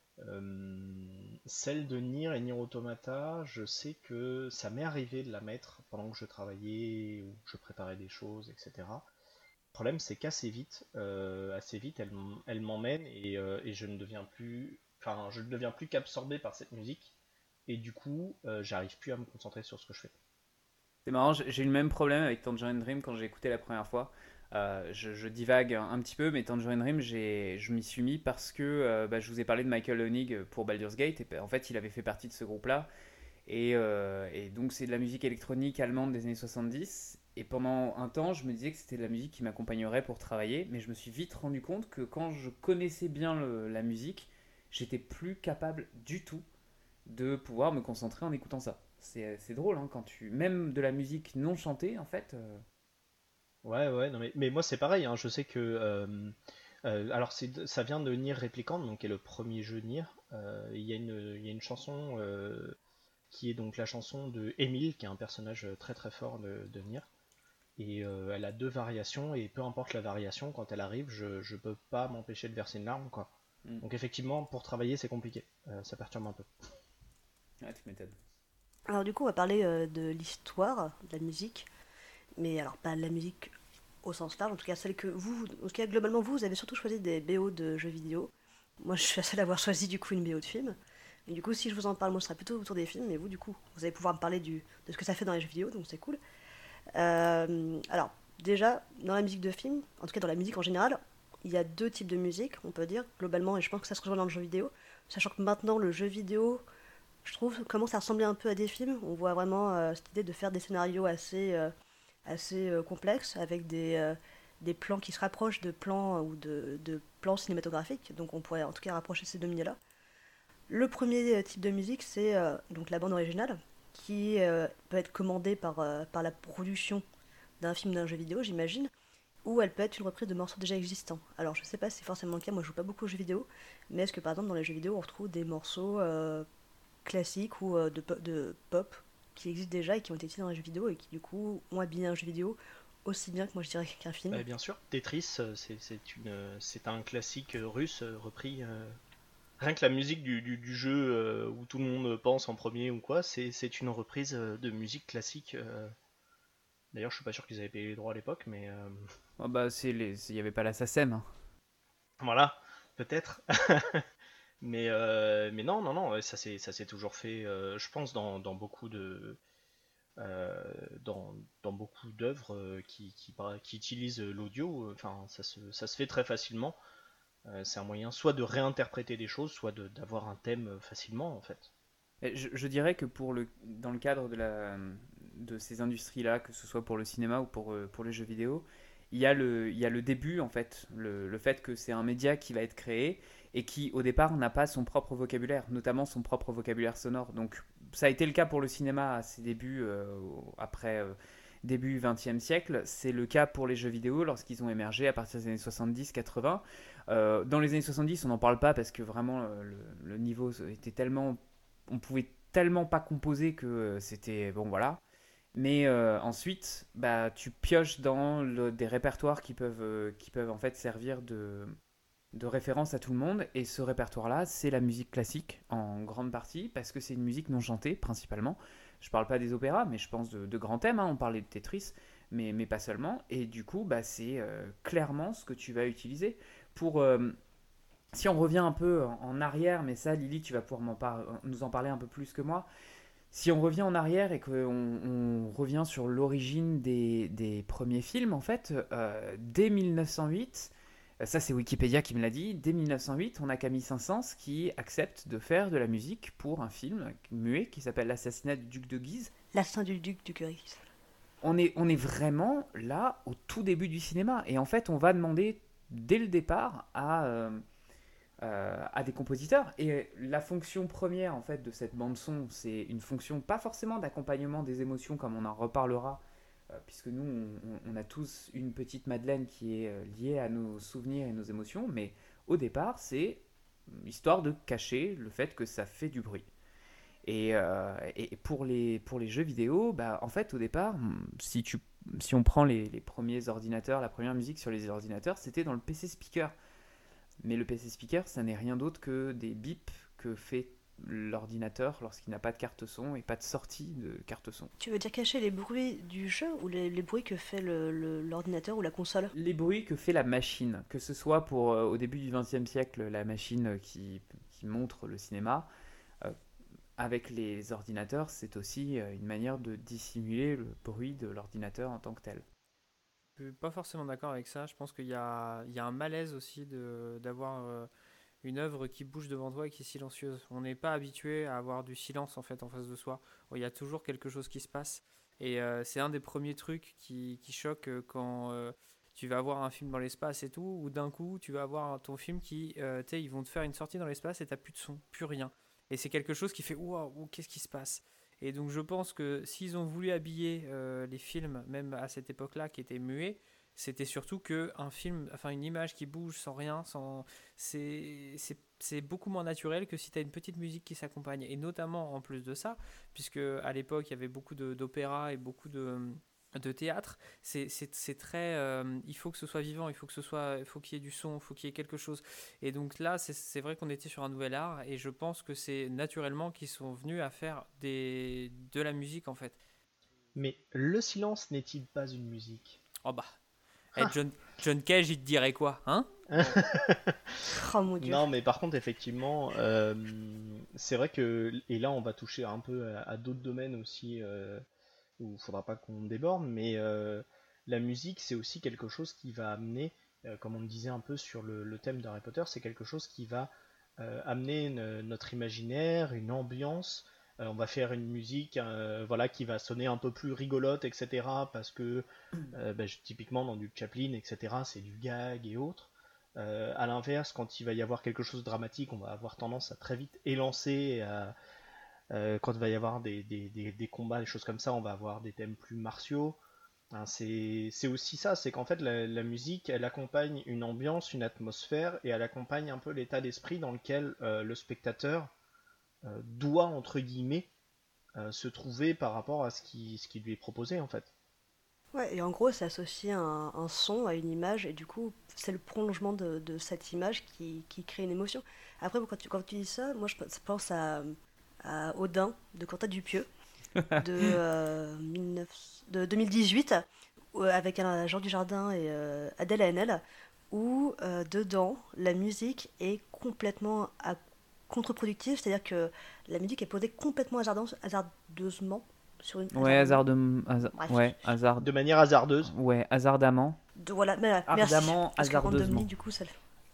S3: Euh, celle de Nier et Nier Automata, je sais que ça m'est arrivé de la mettre pendant que je travaillais ou que je préparais des choses, et cetera. Le problème, c'est qu'assez vite, euh, assez vite, elle, m- elle m'emmène et, euh, et je ne deviens plus, enfin, je ne deviens plus qu'absorbé par cette musique et du coup, euh, j'arrive plus à me concentrer sur ce que je fais.
S2: C'est marrant, j'ai j'ai eu le même problème avec Tangerine Dream quand j'ai écouté la première fois. Euh, je, je divague un, un petit peu, mais Tangerine Dream, j'ai- je m'y suis mis parce que euh, bah, je vous ai parlé de Michael Honig pour Baldur's Gate, et bah, en fait, il avait fait partie de ce groupe-là. Et, euh, et donc, c'est de la musique électronique allemande des années soixante-dix. Et pendant un temps, je me disais que c'était de la musique qui m'accompagnerait pour travailler, mais je me suis vite rendu compte que quand je connaissais bien le- la musique, j'étais plus capable du tout de pouvoir me concentrer en écoutant ça. C'est c'est drôle, hein, quand tu. Même de la musique non chantée, en fait. euh,
S3: Ouais, ouais, non mais, mais moi c'est pareil, hein, je sais que, euh, euh, alors c'est, ça vient de Nier Replicant, donc qui est le premier jeu Nier. Euh, Il y a une, il y a une chanson euh, qui est donc la chanson de Emile, qui est un personnage très très fort de, de Nier. Et euh, elle a deux variations, et peu importe la variation, quand elle arrive, je, je peux pas m'empêcher de verser une larme, quoi.
S2: hmm.
S3: Donc effectivement, pour travailler, c'est compliqué. Euh, ça perturbe un peu.
S2: Ouais, tu m'étonnes.
S1: Alors du coup, on va parler euh, de l'histoire de la musique, mais alors pas de la musique au sens large, en tout cas celle que vous, en tout cas globalement vous, vous avez surtout choisi des B O de jeux vidéo. Moi, je suis la seule à avoir choisi du coup une B O de film. Et du coup, si je vous en parle, moi, ce sera plutôt autour des films, mais vous, du coup, vous allez pouvoir me parler du, de ce que ça fait dans les jeux vidéo, donc c'est cool. Euh, alors, déjà, dans la musique de film, en tout cas dans la musique en général, il y a deux types de musique, on peut dire, globalement, et je pense que ça se rejoint dans le jeu vidéo. Sachant que maintenant, le jeu vidéo, je trouve, commence à ressembler un peu à des films. On voit vraiment euh, cette idée de faire des scénarios assez, euh, assez euh, complexes, avec des, euh, des plans qui se rapprochent de plans euh, ou de, de plans cinématographiques. Donc on pourrait en tout cas rapprocher ces deux milieux-là. Le premier euh, type de musique, c'est euh, donc la bande originale, qui euh, peut être commandée par, euh, par la production d'un film, d'un jeu vidéo, j'imagine, ou elle peut être une reprise de morceaux déjà existants. Alors je sais pas si c'est forcément le cas, moi je joue pas beaucoup aux jeux vidéo, mais est-ce que par exemple dans les jeux vidéo on retrouve des morceaux euh, classiques ou euh, de, po- de pop qui existent déjà et qui ont été utilisés dans les jeux vidéo et qui du coup ont habillé un jeu vidéo aussi bien que moi je dirais qu'un film?
S3: Bah, bien sûr, Tetris, euh, c'est c'est une, euh, c'est un classique euh, russe euh, repris. euh, Rien que la musique du, du- du jeu euh, où tout le monde pense en premier ou quoi, c'est c'est une reprise euh, de musique classique. euh. D'ailleurs, je suis pas sûr qu'ils avaient payé les droits à l'époque, mais euh,
S2: Oh, bah, c'est les... il n'y avait pas la SACEM, hein.
S3: voilà, peut-être. Mais, euh, mais non, non, non, ouais, ça s'est ça s'est toujours fait, euh, je pense, dans, dans beaucoup de, euh, dans, dans beaucoup d'œuvres euh, qui, qui, par- qui utilisent l'audio. euh, Enfin, ça se, ça se fait très facilement. Euh, c'est un moyen soit de réinterpréter des choses, soit de- d'avoir un thème facilement, en fait.
S2: Et Je, je dirais que pour le, dans le cadre de, la, de ces industries-là, que ce soit pour le cinéma ou pour, euh, pour les jeux vidéo, il y a le, il y a le début, en fait, le, le fait que c'est un média qui va être créé et qui, au départ, n'a pas son propre vocabulaire, notamment son propre vocabulaire sonore. Donc, ça a été le cas pour le cinéma à ses débuts, euh, après euh, début vingtième siècle. C'est le cas pour les jeux vidéo lorsqu'ils ont émergé à partir des années soixante-dix quatre-vingts. Euh, dans les années soixante-dix, on n'en parle pas parce que vraiment euh, le, le niveau était tellement on pouvait tellement pas composer que euh, c'était bon voilà. Mais euh, ensuite, bah, tu pioches dans le- des répertoires qui peuvent, euh, qui peuvent en fait servir de, de référence à tout le monde. Et ce répertoire-là, c'est la musique classique en grande partie, parce que c'est une musique non chantée principalement. Je parle pas des opéras, mais je pense de, de grands thèmes, hein. On parlait de Tetris, mais, mais pas seulement. Et du coup, bah, c'est euh, clairement ce que tu vas utiliser. Pour, euh, si on revient un peu en, en arrière, mais ça, Lily, tu vas pouvoir m'en par- nous en parler un peu plus que moi. Si on revient en arrière et qu'on on revient sur l'origine des, des premiers films, en fait, euh, dès mille neuf cent huit, euh, ça c'est Wikipédia qui me l'a dit, dès mille neuf cent huit, on a Camille Saint-Saëns qui accepte de faire de la musique pour un film muet qui s'appelle L'assassinat du duc de Guise.
S1: L'assassin du duc du Guise.
S2: On est, on est vraiment là au tout début du cinéma. Et en fait, on va demander dès le départ à... euh, euh, à des compositeurs. Et la fonction première en fait de cette bande son, c'est une fonction pas forcément d'accompagnement des émotions comme on en reparlera, euh, puisque nous on, on a tous une petite Madeleine qui est euh, liée à nos souvenirs et nos émotions, mais au départ c'est histoire de cacher le fait que ça fait du bruit. Et, euh, et pour, les, pour les jeux vidéo, bah, en fait au départ, si, tu, si on prend les, les premiers ordinateurs, la première musique sur les ordinateurs, c'était dans le P C Speaker. Mais le P C Speaker, ça n'est rien d'autre que des bips que fait l'ordinateur lorsqu'il n'a pas de carte son et pas de sortie de carte son.
S1: Tu veux dire cacher les bruits du jeu ou les, les bruits que fait le, le, l'ordinateur ou la console?
S2: Les bruits que fait la machine, que ce soit pour euh, au début du vingtième siècle, la machine qui, qui montre le cinéma, euh, avec les ordinateurs, c'est aussi euh, une manière de dissimuler le bruit de l'ordinateur en tant que tel.
S4: Je suis pas forcément d'accord avec ça. Je pense qu'il y a, il y a un malaise aussi de, d'avoir euh, une œuvre qui bouge devant toi et qui est silencieuse. On n'est pas habitué à avoir du silence en fait en face de soi. Il y a toujours quelque chose qui se passe. Et euh, c'est un des premiers trucs qui, qui choque quand euh, tu vas voir un film dans l'espace et tout, ou d'un coup tu vas avoir ton film qui, euh, tu sais, ils vont te faire une sortie dans l'espace et t'as plus de son, plus rien. Et c'est quelque chose qui fait waouh, qu'est-ce qui se passe? Et donc je pense que s'ils ont voulu habiller euh, les films, même à cette époque-là, qui étaient muets, c'était surtout que un film, enfin une image qui bouge sans rien, sans, c'est, c'est, c'est beaucoup moins naturel que si tu as une petite musique qui s'accompagne. Et notamment en plus de ça, puisque à l'époque il y avait beaucoup de, d'opéra et beaucoup de de théâtre, c'est, c'est, c'est très euh, il faut que ce soit vivant, il faut que ce soit, il faut qu'il y ait du son, il faut qu'il y ait quelque chose. Et donc là c'est, c'est vrai qu'on était sur un nouvel art et je pense que c'est naturellement qu'ils sont venus à faire des, de la musique en fait.
S3: Mais le silence n'est-il pas une musique?
S4: Oh bah hey, John, John Cage il te dirait quoi hein?
S1: Oh mon dieu.
S3: Non, mais par contre, effectivement, euh, c'est vrai que, et là on va toucher un peu à, à d'autres domaines aussi, euh, où il faudra pas qu'on déborde, mais euh, la musique, c'est aussi quelque chose qui va amener, euh, comme on le disait un peu sur le, le thème d'Harry Potter, c'est quelque chose qui va euh, amener une- notre imaginaire, une ambiance. Euh, on va faire une musique, euh, voilà, qui va sonner un peu plus rigolote, et cetera. Parce que, euh, bah, je- typiquement dans du Chaplin, et cetera, c'est du gag et autres. Euh, à l'inverse, quand il va y avoir quelque chose de dramatique, on va avoir tendance à très vite élancer, et à, euh, quand il va y avoir des, des, des, des combats, des choses comme ça, on va avoir des thèmes plus martiaux. Hein, c'est, c'est aussi ça, c'est qu'en fait la, la musique, elle accompagne une ambiance, une atmosphère, et elle accompagne un peu l'état d'esprit dans lequel euh, le spectateur euh, doit, entre guillemets, euh, se trouver par rapport à ce qui, ce qui lui est proposé en fait.
S1: Ouais, et en gros, c'est associé un, un son à une image, et du coup, c'est le prolongement de, de cette image qui, qui crée une émotion. Après, quand tu, quand tu dis ça, moi je pense à, à Odin de Quentin Dupieux de, euh, mille neuf cents de deux mille dix-huit, euh, avec un Jean Dujardin et euh, Adèle Haenel, où euh, dedans, la musique est complètement à- contre-productive, c'est-à-dire que la musique est posée complètement hasardeuse- hasardeusement sur une...
S2: Ouais,
S1: hasardement.
S2: hasard de, hasard,
S1: Bref.
S2: ouais, hasard,
S3: De manière hasardeuse.
S2: ouais, hasardamment,
S1: De, voilà, mais, merci.
S2: ardemment,
S1: Parce que randomly,
S2: hasardeusement.
S1: du coup, ça...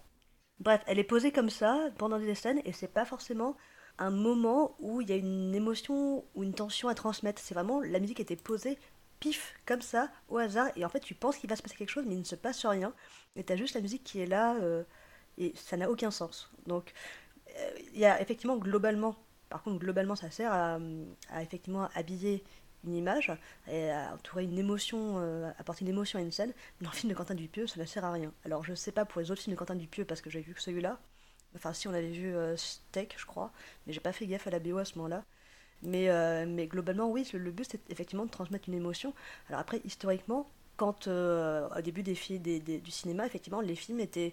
S1: Bref, elle est posée comme ça pendant des scènes et c'est pas forcément un moment où il y a une émotion ou une tension à transmettre. C'est vraiment la musique était posée pif comme ça au hasard et en fait tu penses qu'il va se passer quelque chose mais il ne se passe rien et t'as juste la musique qui est là euh, et ça n'a aucun sens. Donc euh, il y a effectivement globalement, par contre globalement ça sert à, à effectivement habiller une image et à entourer une émotion, euh, apporter une émotion à une scène. Mais dans le film de Quentin Dupieux, ça ne sert à rien. Alors je sais pas pour les autres films de Quentin Dupieux parce que j'ai vu que celui-là. Enfin si on avait vu euh, Steak, je crois, mais j'ai pas fait gaffe à la B O à ce moment-là. Mais, euh, mais globalement, oui, le, le but c'est effectivement de transmettre une émotion. Alors après, historiquement, quand euh, au début des, fi- des, des- du cinéma, effectivement, les films étaient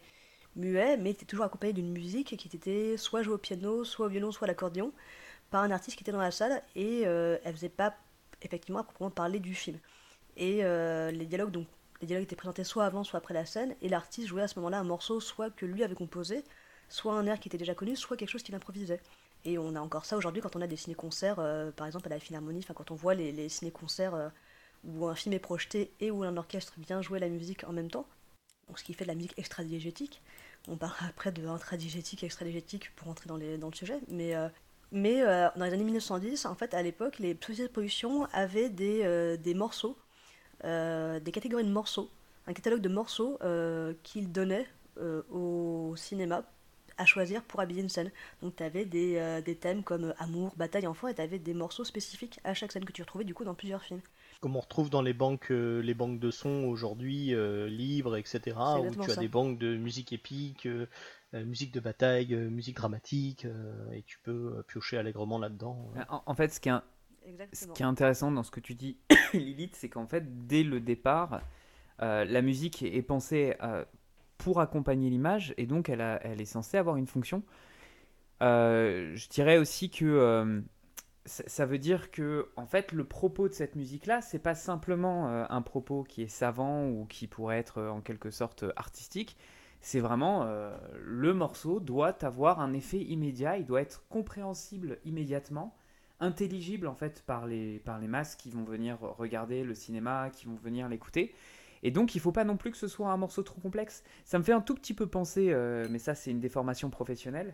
S1: muet, mais était toujours accompagné d'une musique qui était soit jouée au piano, soit au violon, soit à l'accordéon, par un artiste qui était dans la salle, et euh, elle faisait pas effectivement à proprement parler du film. Et euh, les dialogues, donc, les dialogues étaient présentés soit avant, soit après la scène, et l'artiste jouait à ce moment-là un morceau soit que lui avait composé, soit un air qui était déjà connu, soit quelque chose qu'il improvisait. Et on a encore ça aujourd'hui quand on a des ciné-concerts, euh, par exemple à la Philharmonie, enfin quand on voit les, les ciné-concerts euh, où un film est projeté et où un orchestre vient jouer la musique en même temps, donc ce qui fait de la musique extra-diégétique. On parlera après de intradigétique et extra-diégétique pour entrer dans, les, dans le sujet, mais, euh, mais euh, dans les années mille neuf cent dix, en fait, à l'époque, les sociétés de production avaient des, euh, des morceaux, euh, des catégories de morceaux, un catalogue de morceaux euh, qu'ils donnaient euh, au cinéma à choisir pour habiller une scène. Donc tu avais des, euh, des thèmes comme amour, bataille, enfant, et tu avais des morceaux spécifiques à chaque scène que tu retrouvais du coup dans plusieurs films.
S3: Comme on retrouve dans les banques, euh, les banques de sons aujourd'hui, euh, libres, et cetera, où tu as
S1: ça.
S3: des banques de musique épique, euh, euh, musique de bataille, euh, musique dramatique, euh, et tu peux euh, piocher allègrement là-dedans. euh.
S2: En, en fait, ce qui, est, ce qui est intéressant dans ce que tu dis, Lilith, c'est qu'en fait, dès le départ, euh, la musique est, est pensée euh, pour accompagner l'image, et donc elle, a, elle est censée avoir une fonction. Euh, je dirais aussi que euh, ça, ça veut dire que en fait, le propos de cette musique-là, c'est pas simplement euh, un propos qui est savant ou qui pourrait être euh, en quelque sorte euh, artistique. C'est vraiment euh, le morceau doit avoir un effet immédiat, il doit être compréhensible immédiatement, intelligible en fait par les, par les masses qui vont venir regarder le cinéma, qui vont venir l'écouter. Et donc, il ne faut pas non plus que ce soit un morceau trop complexe. Ça me fait un tout petit peu penser, euh, mais ça, c'est une déformation professionnelle,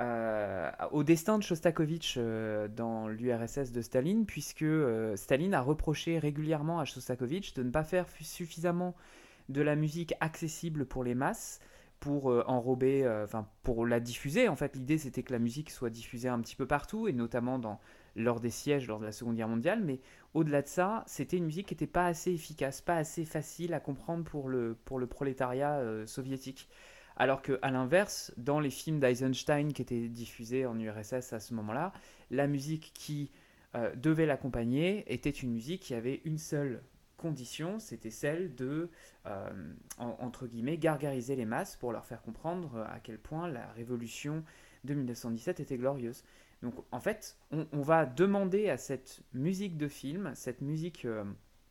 S2: euh, au destin de Shostakovich euh, dans l'U R S S de Staline, puisque euh, Staline a reproché régulièrement à Shostakovich de ne pas faire suffisamment de la musique accessible pour les masses, pour euh, enrober, enfin euh, pour la diffuser. En fait, l'idée, c'était que la musique soit diffusée un petit peu partout, et notamment dans, lors des sièges, lors de la Seconde Guerre mondiale, mais au-delà de ça, c'était une musique qui n'était pas assez efficace, pas assez facile à comprendre pour le, pour le prolétariat euh, soviétique. Alors qu'à l'inverse, dans les films d'Eisenstein qui étaient diffusés en U R S S à ce moment-là, la musique qui euh, devait l'accompagner était une musique qui avait une seule condition, c'était celle de, euh, en, entre guillemets, gargariser les masses pour leur faire comprendre à quel point la révolution de mille neuf cent dix-sept était glorieuse. Donc en fait, on, on va demander à cette musique de film, cette musique, euh,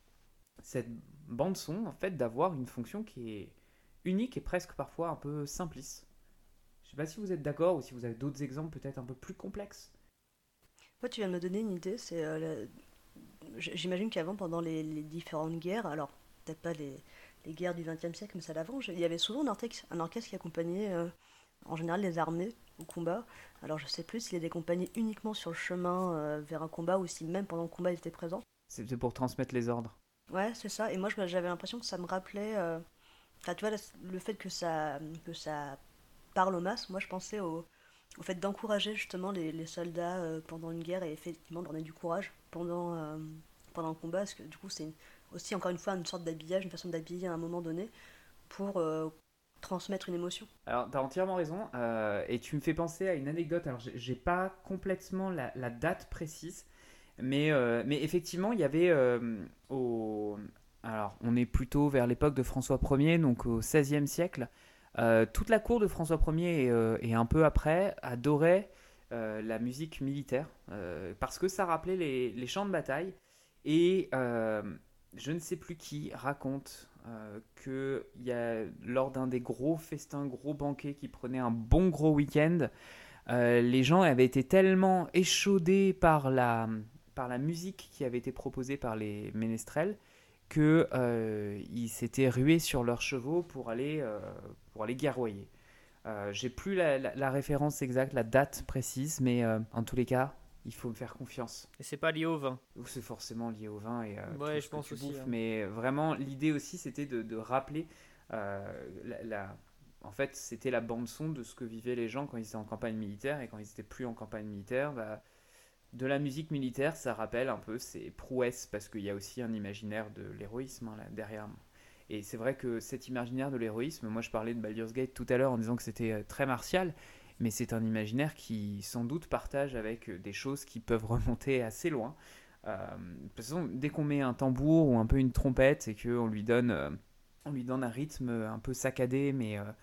S2: cette bande son, en fait, d'avoir une fonction qui est unique et presque parfois un peu simpliste. Je ne sais pas si vous êtes d'accord ou si vous avez d'autres exemples peut-être un peu plus complexes.
S1: Moi, tu viens de me donner une idée. C'est, euh, la- j'imagine qu'avant, pendant les, les différentes guerres, alors peut-être pas les, les guerres du vingtième siècle, mais ça d'avant, il y avait souvent un orchestre, un orchestre qui accompagnait euh, en général les armées au combat. Alors je sais plus s'il est accompagné uniquement sur le chemin euh, vers un combat ou si même pendant le combat il était présent.
S2: C'était pour transmettre les ordres.
S1: Ouais, c'est ça. Et moi je- j'avais l'impression que ça me rappelait. euh, Enfin, tu vois, le fait que ça, que ça parle aux masses, moi je pensais au, au fait d'encourager justement les, les soldats euh, pendant une guerre et effectivement de leur donner du courage pendant, euh, pendant le combat, parce que du coup c'est une- aussi encore une fois une sorte d'habillage, une façon d'habiller à un moment donné pour euh, transmettre une émotion.
S2: Alors, tu as entièrement raison, euh, et tu me fais penser à une anecdote. Alors, j'ai j'ai pas complètement la, la date précise, mais, euh, mais effectivement, il y avait euh, au... Alors, on est plutôt vers l'époque de François Ier, donc au seizième siècle. Euh, toute la cour de François Ier et, euh, et un peu après adorait euh, la musique militaire, euh, parce que ça rappelait les, les champs de bataille. Et euh, je ne sais plus qui raconte euh, que y a, lors d'un des gros festins, gros banquets qui prenait un bon gros week-end, euh, les gens avaient été tellement échaudés par la, par la musique qui avait été proposée par les ménestrels qu'ils euh, s'étaient rués sur leurs chevaux pour aller, euh, pour aller guerroyer. Euh, j'ai plus la, la, la référence exacte, la date précise, mais euh, en tous les cas, il faut me faire confiance.
S4: Et c'est pas lié au vin.
S2: Ou c'est forcément lié au vin et euh,
S4: Ouais,
S2: tout
S4: je
S2: ce que
S4: pense
S2: tu
S4: aussi,
S2: bouffes,
S4: hein.
S2: mais vraiment l'idée aussi c'était de, de rappeler euh, la, la- en fait c'était la bande son de ce que vivaient les gens quand ils étaient en campagne militaire, et quand ils étaient plus en campagne militaire, bah, de la musique militaire ça rappelle un peu ces prouesses, parce qu'il y a aussi un imaginaire de l'héroïsme hein, là, derrière. Et c'est vrai que cet imaginaire de l'héroïsme, moi je parlais de Baldur's Gate tout à l'heure en disant que c'était euh, très martial, mais c'est un imaginaire qui sans doute partage avec euh, des choses qui peuvent remonter assez loin. Euh, de toute façon, dès qu'on met un tambour ou un peu une trompette et qu'on lui donne, euh, on lui donne un rythme un peu saccadé, mais, euh,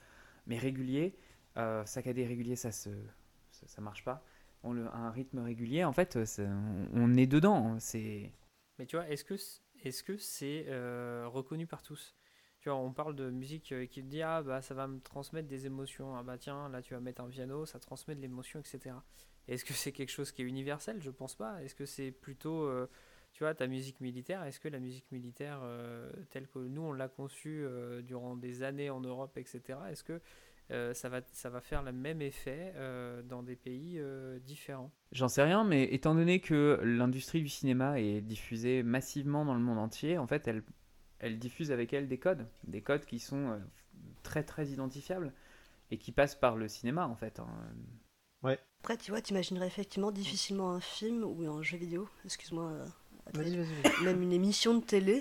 S2: Mais régulier, euh, saccadé régulier, ça se, ça, ça marche pas. On le, un rythme régulier, en fait, c'est- on, on est dedans. C'est
S4: Mais tu vois, est-ce que c- est-ce que c'est euh, reconnu par tous? Tu vois, on parle de musique euh, qui te dit ah bah ça va me transmettre des émotions. Ah bah tiens, là tu vas mettre un piano, ça transmet de l'émotion, et cetera. Est-ce que c'est quelque chose qui est universel? Je pense pas. Est-ce que c'est plutôt euh, tu vois, ta musique militaire, est-ce que la musique militaire euh, telle que nous on l'a conçue euh, durant des années en Europe, et cetera, est-ce que euh, ça va, ça va faire le même effet euh, dans des pays euh, différents?
S2: J'en sais rien, mais étant donné que l'industrie du cinéma est diffusée massivement dans le monde entier, en fait, elle, elle diffuse avec elle des codes, des codes qui sont euh, très très identifiables et qui passent par le cinéma, en fait, hein.
S3: Ouais,
S1: Après, tu vois, t'imaginerais effectivement difficilement un film ou un jeu vidéo, excuse-moi, euh, Patrick,
S3: vas-y, vas-y. vas-y.
S1: même une émission de télé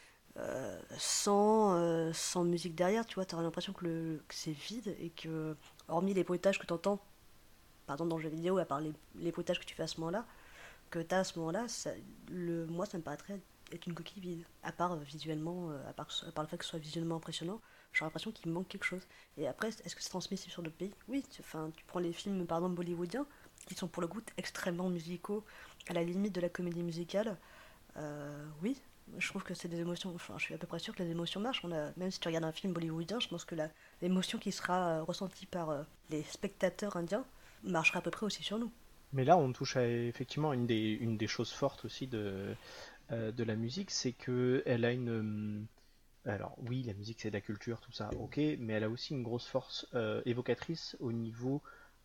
S1: euh, sans, euh, sans musique derrière, tu vois, t'aurais l'impression que, le, que c'est vide et que, hormis les bruitages que t'entends, par exemple dans le jeu vidéo, à part les, les bruitages que tu fais à ce moment-là, que t'as à ce moment-là, ça, le, moi ça me paraîtrait être une coquille vide. À part euh, visuellement, euh, à, part, à part le fait que ce soit visuellement impressionnant, j'ai l'impression qu'il manque quelque chose. Et après, est-ce que c'est transmissible sur d'autres pays? Oui, tu, enfin, tu prends les films par exemple bollywoodiens, qui sont pour le coup extrêmement musicaux, à la limite de la comédie musicale. Euh, oui, je trouve que c'est des émotions. Enfin, je suis à peu près sûr que les émotions marchent. On a, même si tu regardes un film bollywoodien, je pense que la- l'émotion qui sera euh, ressentie par euh, les spectateurs indiens marchera à peu près aussi sur nous.
S3: Mais là, on touche à effectivement une des, une des choses fortes aussi de, euh, de la musique, c'est que elle a une. hum, Alors oui, la musique c'est de la culture, tout ça, ok, mais elle a aussi une grosse force euh, évocatrice au niveau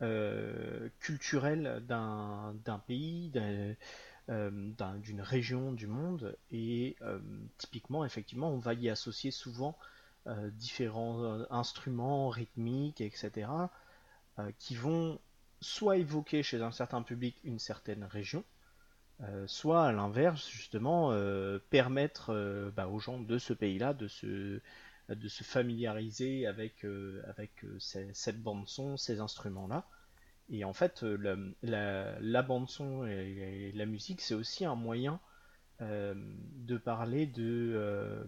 S3: euh, culturel d'un d'un pays, d'un- euh, d'un- d'une région du monde, et euh, typiquement, effectivement, on va y associer souvent euh, différents euh, instruments rythmiques, et cetera, euh, qui vont soit évoquer chez un certain public une certaine région, euh, soit à l'inverse, justement, euh, permettre euh, bah, aux gens de ce pays-là de se, de se familiariser avec, euh, avec euh, ces- cette bande-son, ces instruments-là. Et en fait, euh, la, la- la bande-son et, et la musique, c'est aussi un moyen euh, de parler de, euh,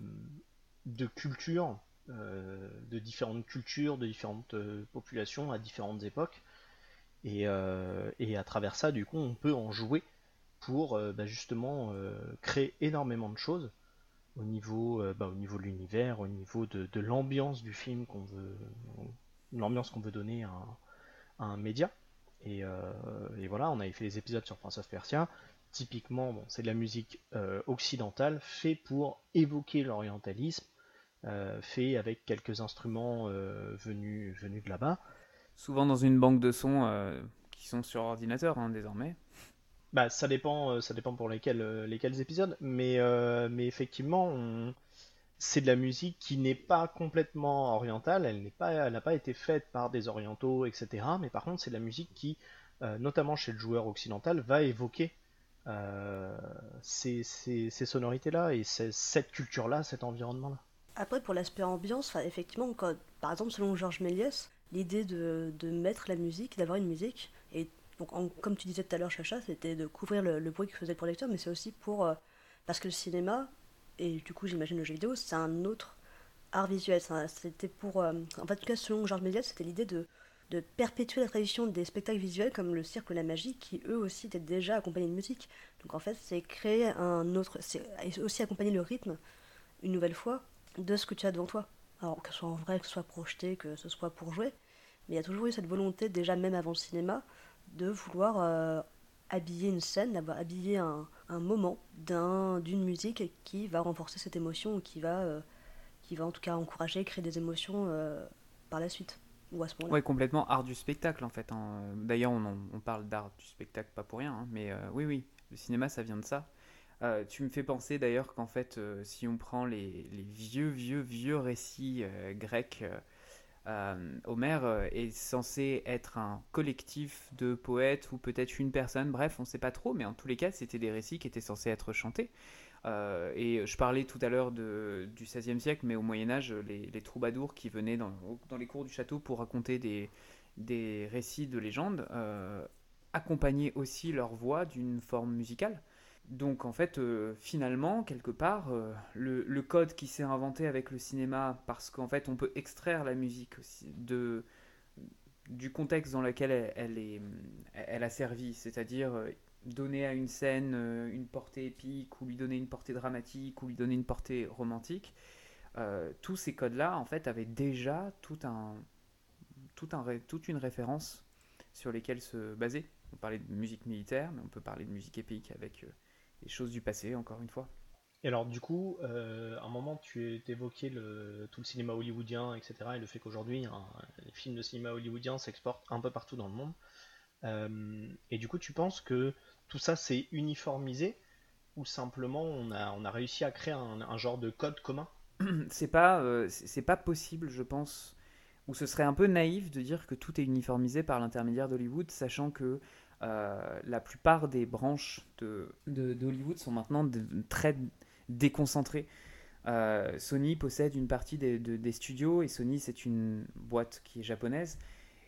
S3: de culture, euh, de différentes cultures, de différentes euh, populations à différentes époques. Et, euh, et à travers ça, du coup, on peut en jouer pour euh, bah, justement euh, créer énormément de choses au niveau, euh, bah, au niveau de l'univers, au niveau de, de l'ambiance du film qu'on veut, l'ambiance qu'on veut donner à un, à un média. Et, euh, et voilà, on avait fait des épisodes sur Prince of Persia. Typiquement, bon, c'est de la musique euh, occidentale, fait pour évoquer l'orientalisme, euh, fait avec quelques instruments euh, venus, venus de là-bas.
S2: souvent dans une banque de sons euh, qui sont sur ordinateur, hein, désormais.
S3: Bah, ça dépend, euh, ça dépend pour lesquels, euh, lesquels épisodes, mais, euh, mais effectivement, on- c'est de la musique qui n'est pas complètement orientale, elle n'est pas, elle n'a pas été faite par des orientaux, et cetera. Mais par contre, c'est de la musique qui, euh, notamment chez le joueur occidental, va évoquer euh, ces, ces- ces sonorités-là et ces- cette culture-là, cet environnement-là.
S1: Après, pour l'aspect ambiance, enfin, effectivement, quand, par exemple, selon Georges Méliès, l'idée de, de mettre la musique, d'avoir une musique, et donc, en- comme tu disais tout à l'heure, Chacha, c'était de couvrir le, le bruit que faisait le projecteur, mais c'est aussi pour. Euh, parce que le cinéma, et du coup, j'imagine le jeu vidéo, c'est un autre art visuel. c'est un- C'était pour. Euh, en fait, en tout cas, selon Georges Méliès, c'était l'idée de, de perpétuer la tradition des spectacles visuels comme le cirque ou la magie, qui eux aussi étaient déjà accompagnés de musique. Donc, en fait, c'est créer un autre. C'est aussi accompagner le rythme, une nouvelle fois, de ce que tu as devant toi. Alors que ce soit en vrai, que ce soit projeté, que ce soit pour jouer, mais il y a toujours eu cette volonté, déjà même avant le cinéma, de vouloir euh, habiller une scène, d'avoir habillé un, un moment d'un, d'une musique qui va renforcer cette émotion ou qui va, euh, qui va en tout cas encourager, créer des émotions euh, par la suite, ou à ce moment-là.
S2: Ouais, complètement art du spectacle en fait, hein. D'ailleurs, on, en- on parle d'art du spectacle pas pour rien, hein, mais euh, oui, oui, le cinéma ça vient de ça. Euh, tu me fais penser d'ailleurs qu'en fait, euh, si on prend les, les vieux, vieux, vieux récits euh, grecs, euh, euh, Homère euh, est censé être un collectif de poètes ou peut-être une personne, bref, on sait pas trop, mais en tous les cas, c'était des récits qui étaient censés être chantés. Euh, et je parlais tout à l'heure de, du seizième siècle, mais au Moyen-Âge, les, les troubadours qui venaient dans, dans les cours du château pour raconter des, des récits de légendes euh, accompagnaient aussi leur voix d'une forme musicale. Donc en fait, euh, finalement, quelque part, euh, le, le code qui s'est inventé avec le cinéma, parce qu'en fait on peut extraire la musique aussi de, du contexte dans lequel elle, elle est, elle a servi, c'est-à-dire euh, donner à une scène euh, une portée épique, ou lui donner une portée dramatique, ou lui donner une portée romantique, euh, tous ces codes-là, en fait, avaient déjà tout un, tout un, toute une référence sur lesquelles se baser. On parlait de musique militaire, mais on peut parler de musique épique avec euh, des choses du passé, encore une fois.
S3: Et alors du coup, euh, à un moment tu évoquais le, tout le cinéma hollywoodien, et cetera. Et le fait qu'aujourd'hui, un, les films de cinéma hollywoodien s'exportent un peu partout dans le monde. Euh, et du coup, tu penses que tout ça s'est uniformisé ou simplement on a, on a réussi à créer un, un genre de code commun?
S2: C'est pas, euh, c'est c'est pas possible, je pense, ou ce serait un peu naïf de dire que tout est uniformisé par l'intermédiaire d'Hollywood, sachant que euh, la plupart des branches de, de- d'Hollywood sont maintenant de- très déconcentrées. Euh, Sony possède une partie des, de- des studios, et Sony c'est une boîte qui est japonaise.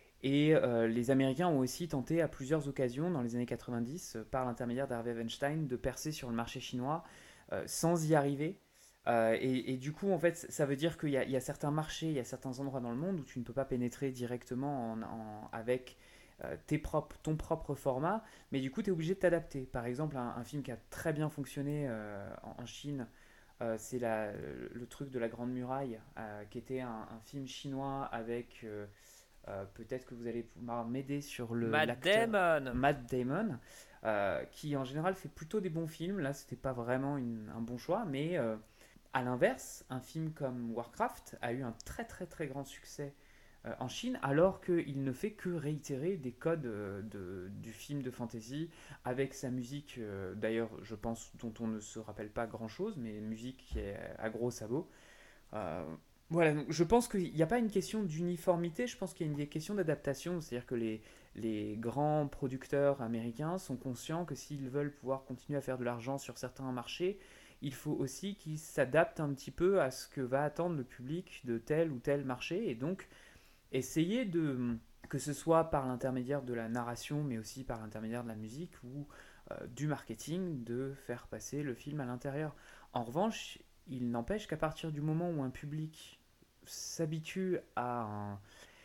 S2: Et euh, les Américains ont aussi tenté à plusieurs occasions dans les années quatre-vingt-dix, euh, par l'intermédiaire d'Harvey Weinstein, de percer sur le marché chinois euh, sans y arriver. Euh, et, et du coup, en fait, ça veut dire qu'il y a, il y a certains marchés, il y a certains endroits dans le monde où tu ne peux pas pénétrer directement en- en- avec euh, tes propres, ton propre format, mais du coup, tu es obligé de t'adapter. Par exemple, un, un film qui a très bien fonctionné euh, en, en Chine, euh, c'est la- le truc de la Grande Muraille, euh, qui était un, un film chinois avec... euh, euh, peut-être que vous allez pouvoir m'aider sur le,
S4: Matt
S2: l'acteur
S4: Damon.
S2: Matt Damon, euh, qui en général fait plutôt des bons films. Là, c'était pas vraiment une- un bon choix, mais euh, à l'inverse, un film comme Warcraft a eu un très très très grand succès euh, en Chine, alors qu'il ne fait que réitérer des codes euh, de, du film de fantasy avec sa musique, euh, d'ailleurs, je pense, dont on ne se rappelle pas grand chose, mais une musique qui est à gros sabots. Euh, voilà, donc je pense qu'il n'y a pas une question d'uniformité, je pense qu'il y a une question d'adaptation, c'est-à-dire que les, les grands producteurs américains sont conscients que s'ils veulent pouvoir continuer à faire de l'argent sur certains marchés, il faut aussi qu'ils s'adaptent un petit peu à ce que va attendre le public de tel ou tel marché, et donc essayer de, que ce soit par l'intermédiaire de la narration, mais aussi par l'intermédiaire de la musique ou euh, du marketing, de faire passer le film à l'intérieur. En revanche, il n'empêche qu'à partir du moment où un public s'habitue à un,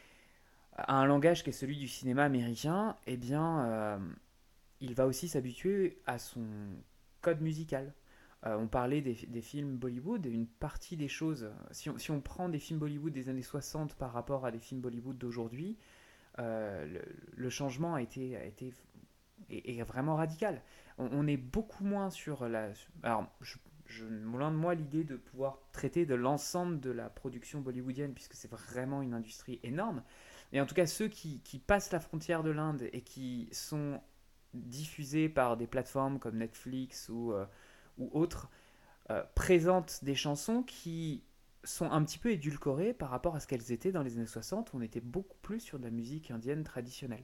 S2: à un langage qui est celui du cinéma américain, eh bien, euh, il va aussi s'habituer à son code musical. Euh, on parlait des, des films Bollywood, et une partie des choses, si on, si on prend des films Bollywood des années soixante par rapport à des films Bollywood d'aujourd'hui, euh, le, le changement a été, a été est, est vraiment radical. On, on est beaucoup moins sur la... Alors, je, je, loin de moi l'idée de pouvoir traiter de l'ensemble de la production bollywoodienne, puisque c'est vraiment une industrie énorme. Et en tout cas, ceux qui, qui passent la frontière de l'Inde et qui sont diffusés par des plateformes comme Netflix ou, euh, ou autres, euh, présentent des chansons qui sont un petit peu édulcorées par rapport à ce qu'elles étaient dans les années soixante, où on était beaucoup plus sur de la musique indienne traditionnelle.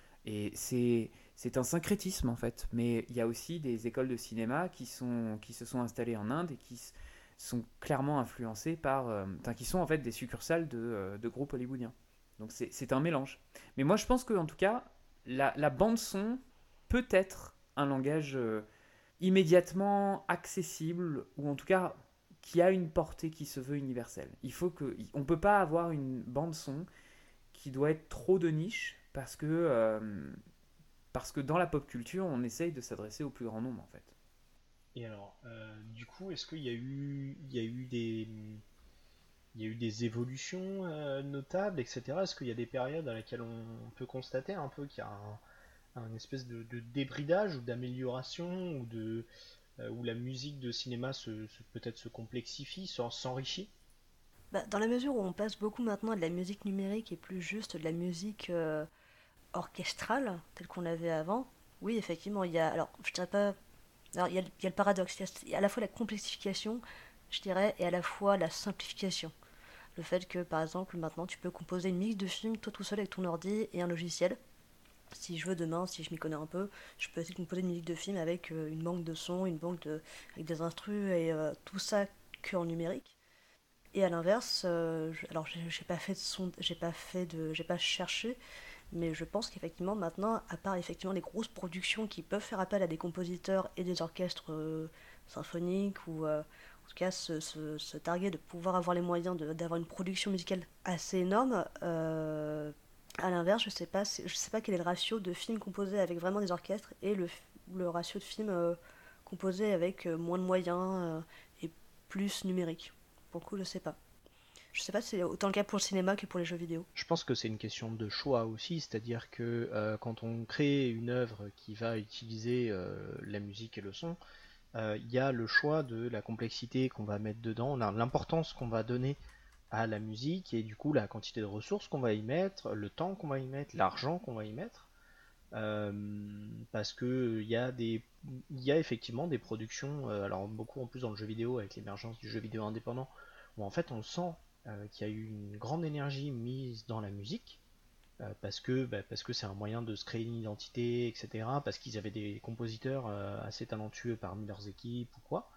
S2: Et c'est, c'est un syncrétisme en fait, mais il y a aussi des écoles de cinéma qui, sont, qui se sont installées en Inde et qui sont clairement influencées par... euh, enfin, qui sont en fait des succursales de, euh, de groupes hollywoodiens. Donc c'est, c'est un mélange. Mais moi je pense qu'en tout cas, la, la bande-son peut être un langage euh, immédiatement accessible, ou en tout cas qui a une portée qui se veut universelle. Il faut que, on ne peut pas avoir une bande-son qui doit être trop de niche, parce que, euh, parce que dans la pop culture, on essaye de s'adresser au plus grand nombre, en fait.
S3: Et alors, euh, du coup, est-ce qu'il y a eu, il y a eu des, il y a eu des évolutions euh, notables, et cetera. Est-ce qu'il y a des périodes à laquelle on peut constater un peu qu'il y a un, un espèce de, de débridage ou d'amélioration ou de euh, où la musique de cinéma se, se- peut-être se complexifie, s'en- s'enrichit?
S1: Bah, dans la mesure où on passe beaucoup maintenant à de la musique numérique et plus juste de la musique euh, orchestrale, telle qu'on l'avait avant, oui, effectivement, il y a. Alors, je dirais pas. Alors, il y a, il y a le paradoxe. Il y a, il y a à la fois la complexification, je dirais, et à la fois la simplification. Le fait que, par exemple, maintenant, tu peux composer une mix de films toi tout seul avec ton ordi et un logiciel. Si je veux demain, si je m'y connais un peu, je peux essayer de composer une musique de film avec euh, une banque de sons, une banque de, avec des instrus et euh, tout ça que en numérique. Et à l'inverse, euh, je- alors j'ai j'ai pas fait de son, j'ai pas fait de, j'ai pas cherché, Mais je pense qu'effectivement, maintenant, à part effectivement les grosses productions qui peuvent faire appel à des compositeurs et des orchestres euh, symphoniques, ou euh, en tout cas se, se, se targuer de pouvoir avoir les moyens de- d'avoir une production musicale assez énorme, euh, à l'inverse, je sais pas, si- je sais pas quel est le ratio de films composés avec vraiment des orchestres et le, f- le ratio de films euh, composés avec euh, moins de moyens euh, et plus numérique. Pour le coup, je sais pas. Je sais pas si c'est autant le cas pour le cinéma que pour les jeux vidéo.
S3: Je pense que c'est une question de choix aussi, c'est-à-dire que euh, quand on crée une œuvre qui va utiliser euh, la musique et le son, euh, il y a le choix de la complexité qu'on va mettre dedans, on a l'importance qu'on va donner à la musique et du coup la quantité de ressources qu'on va y mettre, le temps qu'on va y mettre, l'argent qu'on va y mettre. Euh, Parce que il y a des, il y a effectivement des productions, euh, alors beaucoup en plus dans le jeu vidéo avec l'émergence du jeu vidéo indépendant, où en fait on sent euh, qu'il y a eu une grande énergie mise dans la musique, euh, parce que bah, parce que c'est un moyen de se créer une identité, et cetera. Parce qu'ils avaient des compositeurs euh, assez talentueux parmi leurs équipes ou quoi.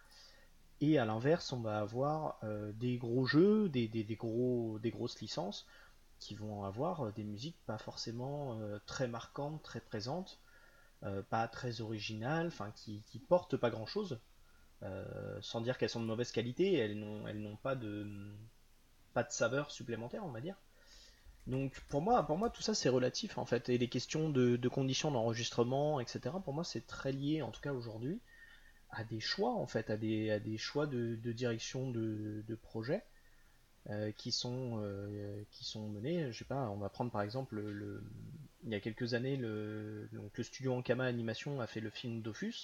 S3: Et à l'inverse, on va avoir euh, des gros jeux, des, des, des gros, des grosses licences qui vont avoir euh, des musiques pas forcément euh, très marquantes, très présentes, euh, pas très originales, enfin qui, qui portent pas grand chose, euh, sans dire qu'elles sont de mauvaise qualité, elles n'ont, elles n'ont pas de, pas de saveur supplémentaire, on va dire. Donc pour moi, pour moi tout ça c'est relatif en fait, et les questions de, de conditions d'enregistrement, et cetera. Pour moi c'est très lié, en tout cas aujourd'hui, à des choix en fait, à des, à des choix de, de direction de, de projet euh, qui sont euh, qui sont menés. Je sais pas, on va prendre par exemple le, le- il y a quelques années le, donc le studio Ankama Animation a fait le film Dofus.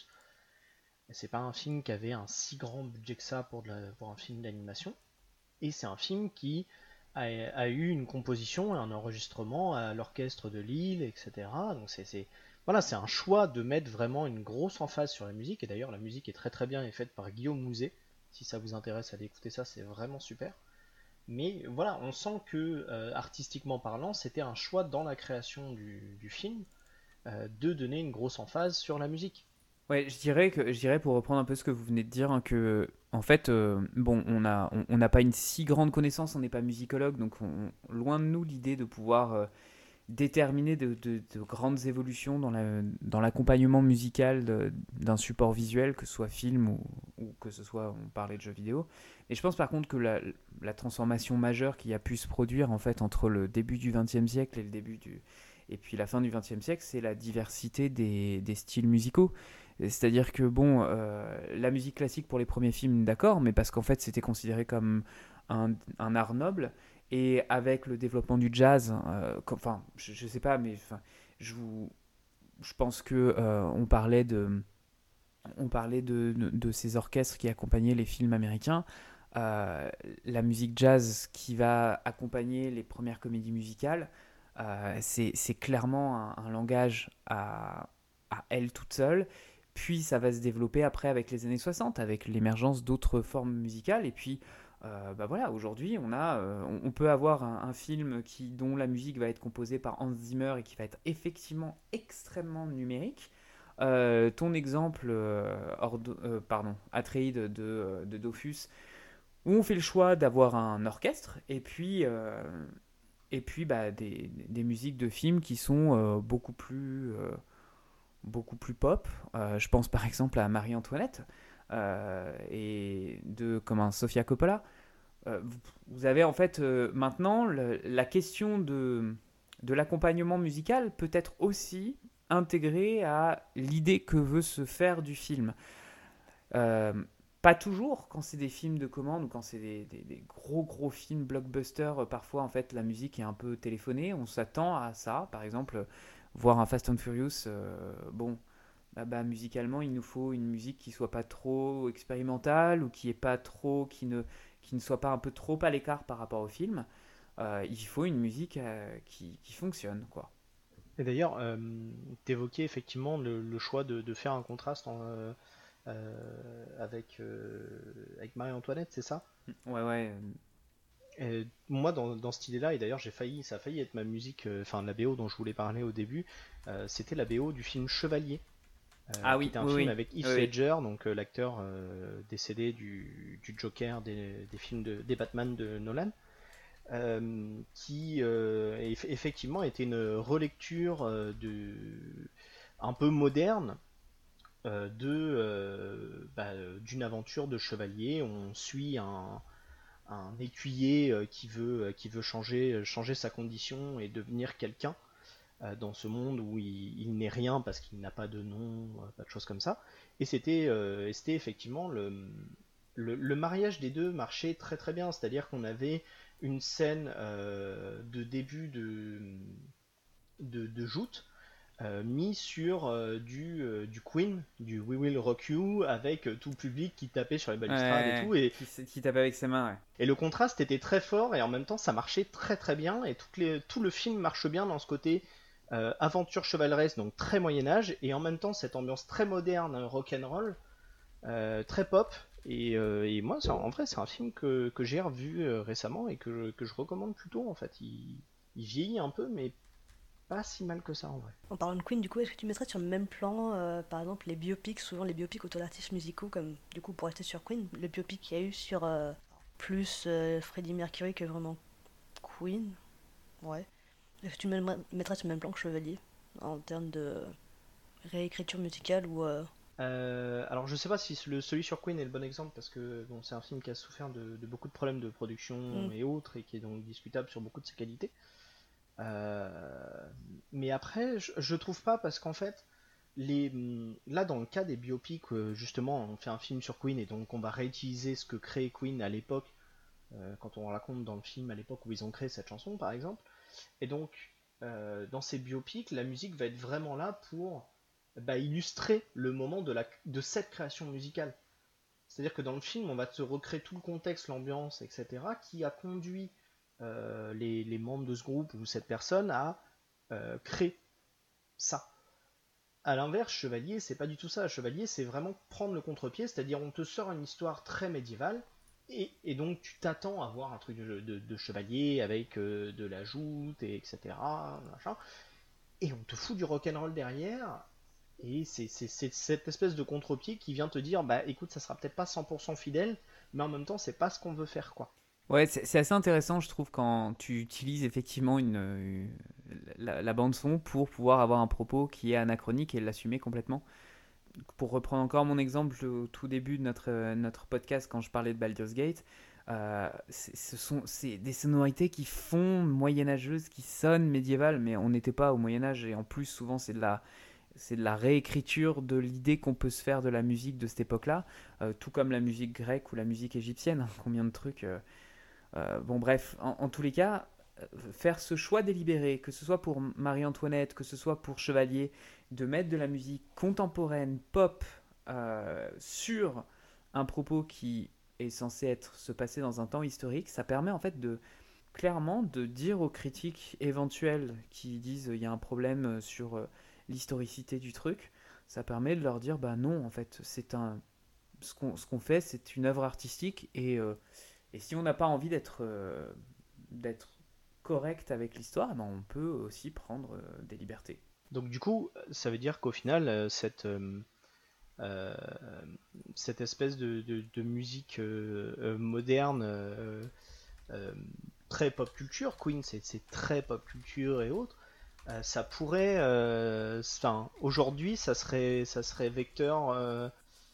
S3: C'est pas un film qui avait un si grand budget que ça pour, de la- pour un film d'animation, et c'est un film qui a, a eu une composition et un enregistrement à l'orchestre de Lille, et cetera. Donc c'est, c'est- voilà, c'est un choix de mettre vraiment une grosse emphase sur la musique. Et d'ailleurs, la musique est très très bien et faite par Guillaume Mouzet. Si ça vous intéresse, allez écouter ça, c'est vraiment super. Mais voilà, on sent que euh, artistiquement parlant, c'était un choix dans la création du, du film euh, de donner une grosse emphase sur la musique.
S2: Ouais, je dirais que je dirais pour reprendre un peu ce que vous venez de dire, hein, que en fait, euh, bon, on a on on n'a pas une si grande connaissance, on n'est pas musicologue, donc on- loin de nous l'idée de pouvoir euh, déterminer de, de- de grandes évolutions dans la, dans l'accompagnement musical de- d'un support visuel, que ce soit film ou, ou que ce soit, on parlait de jeux vidéo. Et je pense par contre que la, la transformation majeure qui a pu se produire en fait entre le début du vingtième siècle et le début du et puis la fin du vingtième siècle, c'est la diversité des, des styles musicaux. C'est-à-dire que bon, euh, la musique classique pour les premiers films, d'accord, mais parce qu'en fait c'était considéré comme un, un art noble. Et avec le développement du jazz, euh, comme- enfin, je, je sais pas, mais enfin, je, vous, je pense que euh, on parlait de, on parlait de, de, de ces orchestres qui accompagnaient les films américains. Euh, la musique jazz qui va accompagner les premières comédies musicales, euh, c'est, c'est clairement un, un langage à, à elle toute seule. Puis ça va se développer après avec les années soixante, avec l'émergence d'autres formes musicales. Et puis, euh, bah voilà, aujourd'hui, on, a, euh, on, on peut avoir un, un film qui, dont la musique va être composée par Hans Zimmer et qui va être effectivement extrêmement numérique. Euh, ton exemple, euh, Ordo- euh, pardon, Atreide de, de, de Dofus, où on fait le choix d'avoir un orchestre et puis, euh, et puis bah, des, des musiques de films qui sont euh, beaucoup plus, euh, beaucoup plus pop. Euh, je pense par exemple à Marie-Antoinette euh, et de comme un Sofia Coppola. Euh, vous, vous avez en fait euh, maintenant le- la question de, de l'accompagnement musical peut être aussi intégrée à l'idée que veut se faire du film. Euh, Pas toujours quand c'est des films de commande ou quand c'est des, des- des gros gros films blockbusters. euh, Parfois en fait la musique est un peu téléphonée. On s'attend à ça. Par exemple, voir un Fast and Furious, euh, bon, bah, bah, musicalement, il nous faut une musique qui soit pas trop expérimentale ou qui est pas trop, qui ne, qui ne soit pas un peu trop à l'écart par rapport au film. Euh, il faut une musique euh, qui, qui fonctionne, quoi.
S3: Et d'ailleurs, euh, t'évoquais effectivement le, le choix de, de faire un contraste en, euh, euh, avec, euh, avec Marie-Antoinette, c'est ça?
S2: Ouais, ouais.
S3: Et moi, dans, dans cette idée-là, et d'ailleurs, j'ai failli, ça a failli être ma musique, euh, enfin la B O dont je voulais parler au début, euh, c'était la B O du film Chevalier, euh,
S2: Ah
S3: qui
S2: oui,
S3: était un
S2: oui,
S3: film
S2: oui.
S3: avec Heath
S2: Oui, oui.
S3: Ledger, donc euh, l'acteur euh, décédé du, du Joker des, des films de, des Batman de Nolan. euh, qui euh, eff- effectivement était une relecture euh, de, un peu moderne euh, de, euh, bah, euh, d'une aventure de chevalier. On suit un, un écuyer euh, qui veut, euh, qui veut changer, changer sa condition et devenir quelqu'un euh, dans ce monde où il, il n'est rien parce qu'il n'a pas de nom, euh, pas de choses comme ça. Et c'était, euh, et c'était effectivement le, le, le mariage des deux marchait très très bien. C'est-à-dire qu'on avait une scène euh, de début de, de, de joute euh, mis sur euh, du, euh, du Queen, du We Will Rock You, avec euh, tout le public qui tapait sur les balustrades et
S2: Ouais,
S3: tout. Et,
S2: qui, s- qui tape avec ses mains, ouais.
S3: et le contraste était très fort et en même temps ça marchait très très bien. Et toutes les, tout le film marche bien dans ce côté euh, aventure chevaleresque, donc très Moyen-Âge, et en même temps cette ambiance très moderne, rock'n'roll, euh, très pop. Et, euh, et moi, ça, en vrai, c'est un film que, que j'ai revu euh, récemment et que je, que je recommande plutôt en fait. Il, il vieillit un peu, mais pas si mal que ça en vrai.
S1: En parlant de Queen, du coup, est-ce que tu mettrais sur le même plan, euh, par exemple, les biopics, souvent les biopics autour d'artistes musicaux, comme du coup pour rester sur Queen, le biopic qu'il y a eu sur euh, plus euh, Freddie Mercury que vraiment Queen, ouais. Est-ce que tu me mettrais sur le même plan que Chevalier, en termes de réécriture musicale ou... euh,
S3: Euh, alors je sais pas si le, celui sur Queen est le bon exemple parce que bon, c'est un film qui a souffert de, de beaucoup de problèmes de production
S1: hmm.
S3: et autres et qui est donc discutable sur beaucoup de ses qualités. Euh, mais après, je, je trouve pas parce qu'en fait, les, là dans le cas des biopics, euh, justement, on fait un film sur Queen et donc on va réutiliser ce que crée Queen à l'époque, euh, quand on raconte dans le film à l'époque où ils ont créé cette chanson par exemple. Et donc, euh, dans ces biopics, la musique va être vraiment là pour bah, illustrer le moment de, la, de cette création musicale. C'est-à-dire que dans le film, on va te recréer tout le contexte, l'ambiance, et cetera, qui a conduit euh, les, les membres de ce groupe ou cette personne à euh, créer ça. À l'inverse, Chevalier, c'est pas du tout ça. Chevalier, c'est vraiment prendre le contre-pied, c'est-à-dire on te sort une histoire très médiévale, et, et donc tu t'attends à voir un truc de, de, de chevalier avec euh, de la joute, et etc. Machin, et on te fout du rock'n'roll derrière, et c'est, c'est, c'est cette espèce de contre-pied qui vient te dire, bah écoute, ça sera peut-être pas cent pour cent fidèle, mais en même temps, c'est pas ce qu'on veut faire, quoi.
S2: Ouais, c'est c'est assez intéressant, je trouve, quand tu utilises effectivement une, une- la, la bande son pour pouvoir avoir un propos qui est anachronique et l'assumer complètement. Pour reprendre encore mon exemple au tout début de notre, euh, notre podcast quand je parlais de Baldur's Gate, euh, c'est- ce sont c'est des sonorités qui font moyenâgeuses, qui sonnent médiévales, mais on n'était pas au Moyen-Âge et en plus souvent c'est de la, c'est de la réécriture de l'idée qu'on peut se faire de la musique de cette époque-là, euh, tout comme la musique grecque ou la musique égyptienne. Combien de trucs euh, euh, bon, bref, en, en tous les cas, euh, faire ce choix délibéré, que ce soit pour Marie-Antoinette, que ce soit pour Chevalier, de mettre de la musique contemporaine, pop, euh, sur un propos qui est censé être se passer dans un temps historique, ça permet en fait de clairement de dire aux critiques éventuelles qui disent il y a un problème sur euh, l'historicité du truc, ça permet de leur dire bah non, en fait, c'est un ce qu'on ce qu'on fait, c'est une œuvre artistique et euh, et si on n'a pas envie d'être euh, d'être correct avec l'histoire, ben on peut aussi prendre euh, des libertés.
S3: Donc du coup, ça veut dire qu'au final, euh, cette, euh, euh, cette espèce de, de- de musique euh, euh, moderne, euh, euh, très pop culture, Queen c'est c'est très pop culture et autres, euh, ça pourrait, euh, enfin, aujourd'hui, ça serait, ça serait vecteur, euh,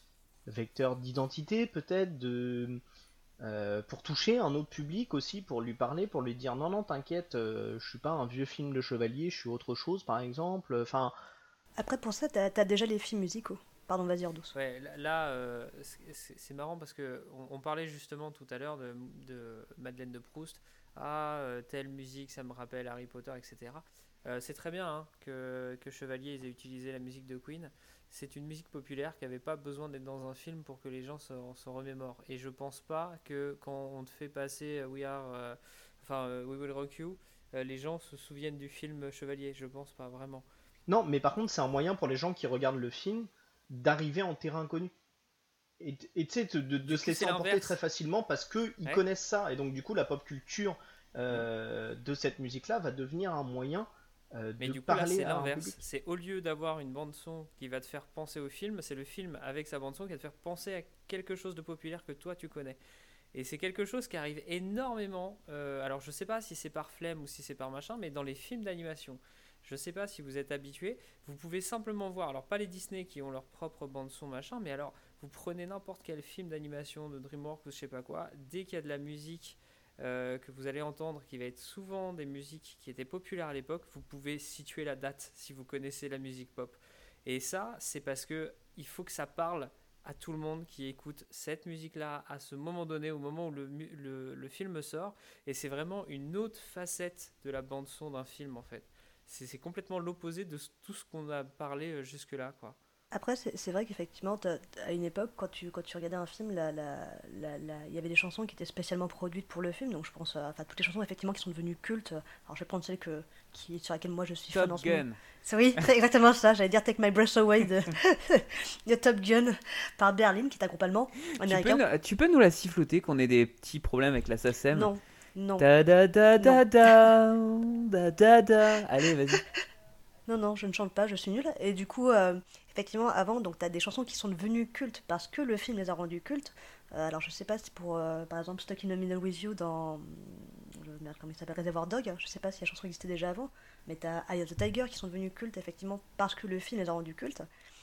S3: vecteur d'identité peut-être, de, euh, pour toucher un autre public aussi, pour lui parler, pour lui dire non, non, t'inquiète, euh, je suis pas un vieux film de chevalier, je suis autre chose par exemple. Enfin,
S1: Après, pour ça, t'as as déjà les films musicaux. Pardon, vas-y, Ordos.
S4: Ouais, là, là, euh, c'est c'est marrant parce que on, on parlait justement tout à l'heure de, de Madeleine de Proust. Ah, euh, telle musique, ça me rappelle Harry Potter, et cetera. Euh, c'est très bien hein, que, que Chevalier ait utilisé la musique de Queen. C'est une musique populaire qui n'avait pas besoin d'être dans un film pour que les gens s'en s'en remémorent. Et je pense pas que quand on te fait passer We Are, euh, enfin euh, We Will Rock You, euh, les gens se souviennent du film Chevalier. Je pense pas vraiment.
S3: non, mais par contre, c'est un moyen pour les gens qui regardent le film d'arriver en terrain inconnu. Et et tu sais, de, de- de
S4: Du
S3: se
S4: coup,
S3: laisser
S4: c'est
S3: emporter très
S4: l'inverse.
S3: facilement parce qu'ils
S4: Ouais.
S3: connaissent ça. Et donc, du coup, la pop culture
S4: Mm.
S3: euh, de cette musique-là va devenir un moyen euh,
S4: Mais
S3: de
S4: du coup, là,
S3: parler
S4: c'est
S3: à un
S4: l'inverse.
S3: public.
S4: C'est au lieu d'avoir une bande-son qui va te faire penser au film, c'est le film avec sa bande-son qui va te faire penser à quelque chose de populaire que toi tu connais. Et c'est quelque chose qui arrive énormément. Euh, alors, je sais pas si c'est par flemme ou si c'est par machin, mais dans les films d'animation. Je sais pas si vous êtes habitués. Vous pouvez simplement voir, alors pas les Disney qui ont leur propre bande-son machin, mais alors vous prenez n'importe quel film d'animation de DreamWorks ou je sais pas quoi, dès qu'il y a de la musique euh, que vous allez entendre, qui va être souvent des musiques qui étaient populaires à l'époque, vous pouvez situer la date si vous connaissez la musique pop. Et ça, c'est parce que il faut que ça parle à tout le monde qui écoute cette musique-là à ce moment donné, au moment où le, le, le film sort. Et c'est vraiment une autre facette de la bande-son d'un film, en fait. C'est, c'est complètement l'opposé de tout ce qu'on a parlé jusque-là, quoi.
S1: Après, c'est c'est vrai qu'effectivement, t'as- à une époque, quand tu, quand tu regardais un film, la- la- la- la- il y avait des chansons qui étaient spécialement produites pour le film. Donc je pense à enfin, toutes les chansons effectivement qui sont devenues cultes. Alors je vais prendre celle que, qui, sur laquelle moi je suis fan en
S2: Top
S1: ce moment.
S2: Gun.
S1: C'est, oui, c'est exactement ça. J'allais dire Take My Breath Away de, de Top Gun par Berlin, qui est un groupe allemand,
S2: Tu peux,
S1: américain.
S2: nous- tu peux nous la siffloter qu'on ait des petits problèmes avec la S A C E M.
S1: Non, non,
S2: Da da da da da da da da. Allez, vas-y.
S1: non, non, je ne chante pas, je suis nulle. Et du coup, euh, effectivement, avant, donc t'as des chansons qui sont devenues cultes parce que le film les a rendues cultes. Euh, alors je sais pas si pour, euh, par exemple, Stuck in the Middle with You dans, je- merde, comment il s'appelle, Reservoir Dog. Je sais pas si la chanson existait déjà avant, mais t'as Eye of the Tiger qui sont devenus cultes effectivement parce que le film les a rendus cultes.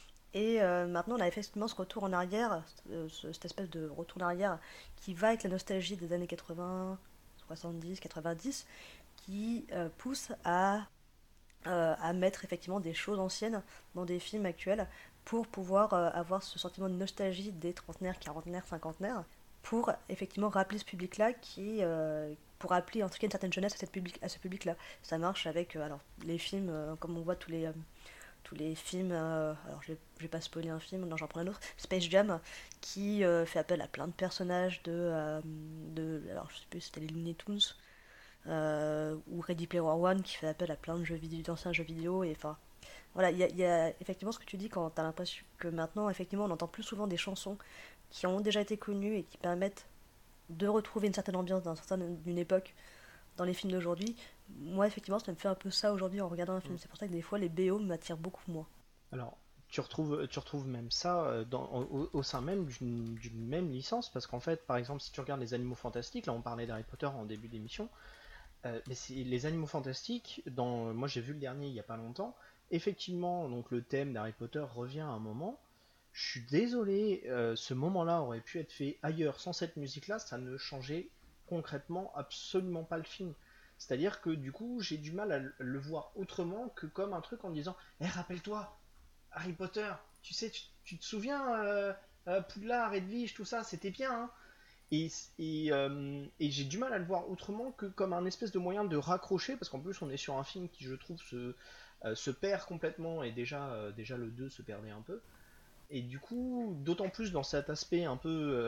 S1: Et euh, maintenant, on a effectivement ce retour en arrière, euh, ce- cette espèce de retour en arrière qui va avec la nostalgie des années quatre-vingts, soixante-dix, quatre-vingt-dix, qui euh, pousse à euh, à mettre effectivement des choses anciennes dans des films actuels pour pouvoir euh, avoir ce sentiment de nostalgie des trentenaires, quarantenaires, cinquantenaires, pour effectivement rappeler ce public-là qui, euh, pour rappeler en tout cas une certaine jeunesse à, cette public, à ce public-là. Ça marche avec euh, alors, les films, euh, comme on voit tous les, euh, tous les films, euh, alors je vais, je vais pas spoiler un film, non j'en prends un autre, Space Jam, qui euh, fait appel à plein de personnages de, euh, de alors je sais plus si c'était les Looney Tunes, euh, ou Ready Player One qui fait appel à plein de jeux vidéo, d'anciens jeux vidéo. Et enfin, voilà, il y, a- il y a effectivement ce que tu dis quand t'as l'impression que maintenant, effectivement, on entend plus souvent des chansons qui ont déjà été connues et qui permettent de retrouver une certaine ambiance d'un certain, d'une époque dans les films d'aujourd'hui. Moi, effectivement, ça me fait un peu ça aujourd'hui en regardant un film. C'est pour ça que des fois, les B O m'attirent beaucoup moins.
S3: Alors, tu retrouves, tu retrouves même ça euh, dans, au, au sein même d'une d'une même licence, parce qu'en fait, par exemple, si tu regardes les Animaux Fantastiques, là on parlait d'Harry Potter en début d'émission, euh, mais c'est les Animaux Fantastiques, dans, moi j'ai vu le dernier il y a pas longtemps, effectivement, donc le thème d'Harry Potter revient à un moment. Je suis désolé, euh, ce moment-là aurait pu être fait ailleurs sans cette musique-là, ça ne changeait concrètement absolument pas le film. C'est-à-dire que du coup, j'ai du mal à le voir autrement que comme un truc en disant, eh, rappelle-toi, Harry Potter, tu sais, tu, tu te souviens, euh, euh, Poudlard, Edwige, tout ça, c'était bien, hein. Et, et, euh, et j'ai du mal à le voir autrement que comme un espèce de moyen de raccrocher, parce qu'en plus on est sur un film qui, je trouve, se, euh, se perd complètement, et déjà, euh, déjà le deux se perdait un peu. Et du coup, d'autant plus dans cet aspect un peu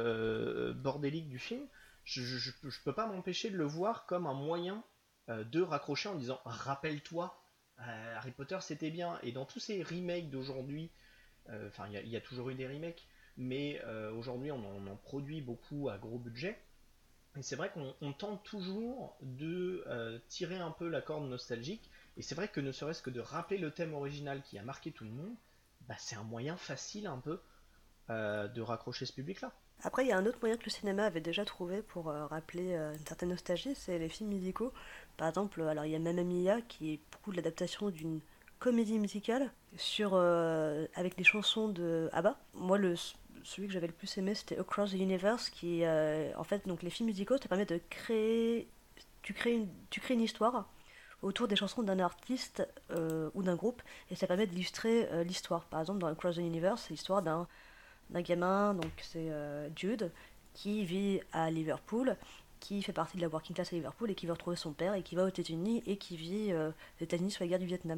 S3: euh, bordélique du film, je, je, je, je peux pas m'empêcher de le voir comme un moyen euh, de raccrocher en disant rappelle-toi, euh, Harry Potter c'était bien. Et dans tous ces remakes d'aujourd'hui, euh, enfin il y, y a toujours eu des remakes, mais euh, aujourd'hui on, en- on en produit beaucoup à gros budget. Et c'est vrai qu'on on tente toujours de euh, tirer un peu la corde nostalgique. Et c'est vrai que ne serait-ce que de rappeler le thème original qui a marqué tout le monde, bah, c'est un moyen facile un peu euh, de raccrocher ce public-là.
S1: Après, il y a un autre moyen que le cinéma avait déjà trouvé pour euh, rappeler euh, une certaine nostalgie, c'est les films musicaux. Par exemple, alors il y a Mamma Mia qui est beaucoup de l'adaptation d'une comédie musicale sur, euh, avec des chansons de ABBA. Moi, le, celui que j'avais le plus aimé, c'était Across the Universe, qui, euh, en fait, donc les films musicaux, ça permet de créer, tu crées une, tu crées une histoire autour des chansons d'un artiste euh, ou d'un groupe, et ça permet d'illustrer euh, l'histoire. Par exemple, dans Across the Universe, c'est l'histoire d'un d'un gamin, donc c'est euh, Jude, qui vit à Liverpool, qui fait partie de la working class à Liverpool et qui veut retrouver son père et qui va aux États-Unis et qui vit euh, aux États-Unis sur la guerre du Vietnam.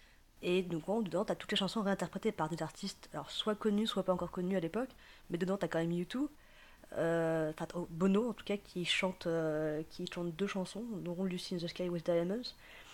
S1: Et donc en dedans, t'as toutes les chansons réinterprétées par des artistes, alors soit connus, soit pas encore connus à l'époque, mais dedans t'as quand même U deux, euh, enfin oh, Bono en tout cas, qui chante, euh, qui chante deux chansons, dont Lucy in the Sky with Diamonds.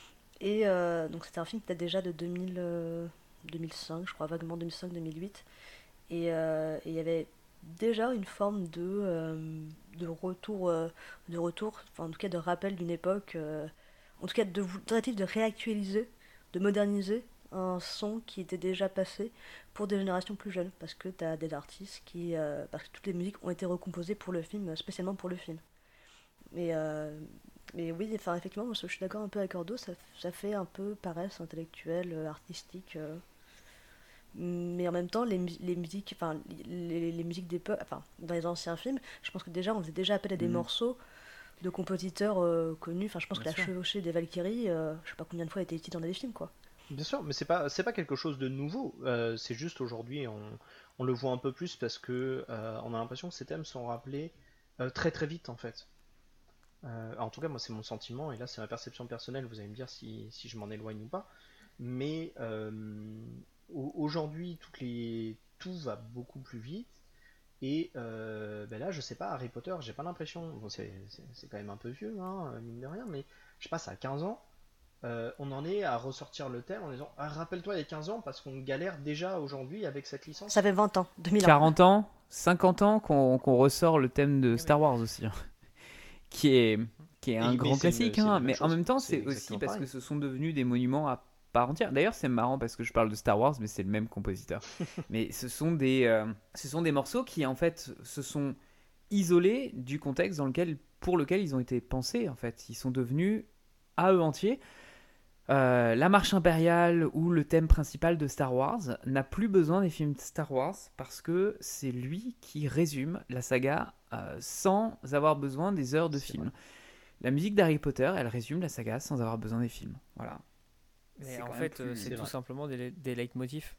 S1: Et euh, donc c'était un film peut-être déjà de deux mille, euh, deux mille cinq, je crois vaguement deux mille cinq deux mille huit. Et euh, et il y avait déjà une forme de, euh, de retour, euh, de retour, enfin en tout cas de rappel d'une époque, euh, en tout cas de vou- tentative de réactualiser, de moderniser un son qui était déjà passé pour des générations plus jeunes, parce que t'as des artistes qui... euh, parce que toutes les musiques ont été recomposées pour le film, spécialement pour le film. Mais, euh, mais oui, enfin, effectivement, moi, je suis d'accord un peu avec Ordo, ça, ça fait un peu paresse intellectuelle, euh, artistique. euh, mais en même temps, les, mu- les musiques, enfin, les, les musiques d'époque, enfin, dans les anciens films, je pense que déjà, on faisait déjà appel à des
S2: Mhm.
S1: morceaux de compositeurs euh, connus. Enfin, je pense que
S2: Bien
S1: la
S2: sûr.
S1: chevauchée des Valkyries, euh, je sais pas combien de fois a été utilisée dans des films, quoi.
S3: Bien sûr, mais c'est pas c'est pas quelque chose de nouveau. Euh, c'est juste aujourd'hui on, on le voit un peu plus parce que euh, on a l'impression que ces thèmes sont rappelés euh, très très vite en fait. Euh, en tout cas, moi c'est mon sentiment et là c'est ma perception personnelle. Vous allez me dire si, si je m'en éloigne ou pas. Mais euh, au- aujourd'hui, toutes les tout va beaucoup plus vite et euh, ben là je sais pas Harry Potter, j'ai pas l'impression. Bon, c'est c'est- c'est quand même un peu vieux, hein, mine de rien, mais je sais pas, ça a quinze ans. Euh, on en est à ressortir le thème en disant ah, rappelle-toi il y a quinze ans parce qu'on galère déjà aujourd'hui avec cette
S1: Ça
S3: licence.
S1: fait vingt ans, deux mille ans.
S4: quarante ans, cinquante ans qu'on qu'on ressort le thème de
S5: Eh oui.
S4: Star Wars aussi, hein, qui est, qui est un
S3: Et- mais
S4: grand
S3: c'est une-
S4: classique.
S3: c'est la
S4: Hein,
S3: même
S4: mais en
S3: chose,
S4: même temps,
S3: c'est
S4: c'est aussi
S3: exactement
S4: parce que
S3: pareil.
S4: ce sont devenus des monuments à part entière. D'ailleurs, c'est marrant parce que je parle de Star Wars, mais c'est le même compositeur. Mais ce sont des, euh, ce sont des morceaux qui, en fait, se sont isolés du contexte dans lequel, pour lequel ils ont été pensés. En fait, ils sont devenus à eux entiers. Euh, la marche impériale ou le thème principal de Star Wars n'a plus besoin des films de Star Wars parce que c'est lui qui résume la saga euh, sans avoir besoin des heures de
S3: C'est
S4: film.
S3: vrai.
S4: La musique d'Harry Potter, elle résume la saga sans avoir besoin des films. Voilà.
S5: Mais
S4: C'est
S5: en
S4: quand même
S5: fait, euh,
S4: plus-
S5: c'est
S3: c'est
S5: tout
S3: vrai.
S5: simplement des, des leitmotifs.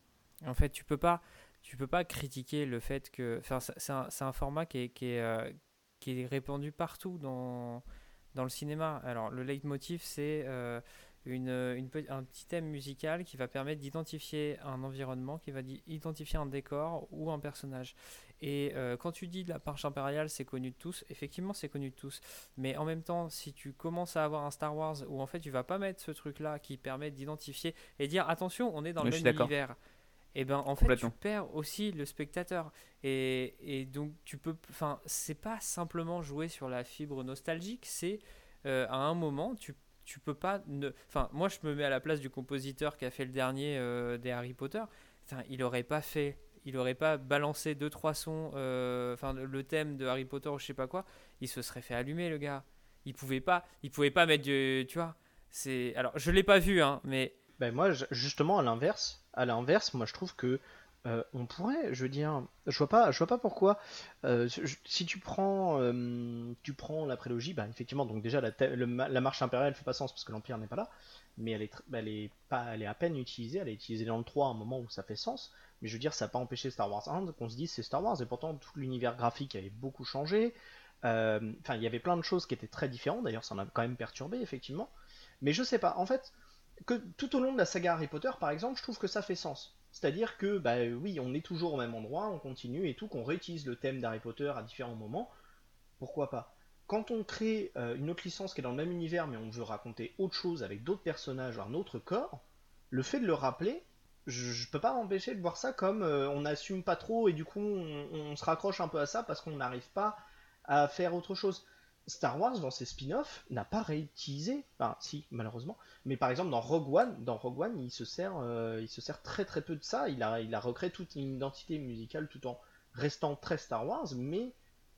S5: En fait, tu peux pas, tu peux pas critiquer le fait que, enfin, c'est c'est un, c'est un format qui est, qui est, euh, qui est répandu partout dans, dans le cinéma. Alors, le leitmotiv, c'est euh, une, une pe- un petit thème musical qui va permettre d'identifier un environnement, qui va di- identifier un décor ou un personnage. Et euh, quand tu dis la marche impériale, c'est connu de tous, effectivement, c'est connu de tous. Mais en même temps, si tu commences à avoir un Star Wars où en fait tu vas pas mettre ce truc-là qui permet d'identifier et dire attention, on est dans
S4: Ouais,
S5: le
S4: je suis
S5: même
S4: d'accord.
S5: univers, et ben en fait tu
S4: Complètement.
S5: perds aussi le spectateur. Et, et donc tu peux, enfin c'est pas simplement jouer sur la fibre nostalgique, c'est euh, à un moment tu tu peux pas ne, enfin moi je me mets à la place du compositeur qui a fait le dernier euh, des Harry Potter. Enfin, il aurait pas fait, il aurait pas balancé deux trois sons, euh, enfin le thème de Harry Potter ou je sais pas quoi, il se serait fait allumer le gars. Il pouvait pas, il pouvait pas mettre du, tu vois. C'est, alors je l'ai pas vu hein, mais
S3: Ben moi, je- justement, à l'inverse, à l'inverse, moi je trouve que euh, on pourrait, je veux dire, je vois pas, je vois pas pourquoi. euh, je- si tu prends, euh, tu prends la prélogie, bah effectivement, donc déjà la, te- le ma- la marche impériale fait pas sens parce que l'Empire n'est pas là, mais elle est, tr- elle est pas, elle est à peine utilisée, elle est utilisée dans le trois à un moment où ça fait sens. Mais je veux dire, ça n'a pas empêché Star Wars un qu'on se dise c'est Star Wars et pourtant tout l'univers graphique avait beaucoup changé. Euh, Enfin, il y avait plein de choses qui étaient très différentes. D'ailleurs, ça en a quand même perturbé effectivement. Mais je sais pas. En fait, que tout au long de la saga Harry Potter, par exemple, je trouve que ça fait sens. C'est-à-dire que, bah oui, on est toujours au même endroit, on continue et tout, qu'on réutilise le thème d'Harry Potter à différents moments, pourquoi pas. Quand on crée euh, une autre licence qui est dans le même univers, mais on veut raconter autre chose avec d'autres personnages, un autre corps, le fait de le rappeler, je, je peux pas m'empêcher de voir ça comme euh, on n'assume pas trop et du coup on, on se raccroche un peu à ça parce qu'on n'arrive pas à faire autre chose. Star Wars, dans ses spin-offs, n'a pas réutilisé, enfin si, malheureusement, mais par exemple dans Rogue One, dans Rogue One, il se sert, euh, il se sert très très peu de ça, il a, il a recréé toute une identité musicale tout en restant très Star Wars, mais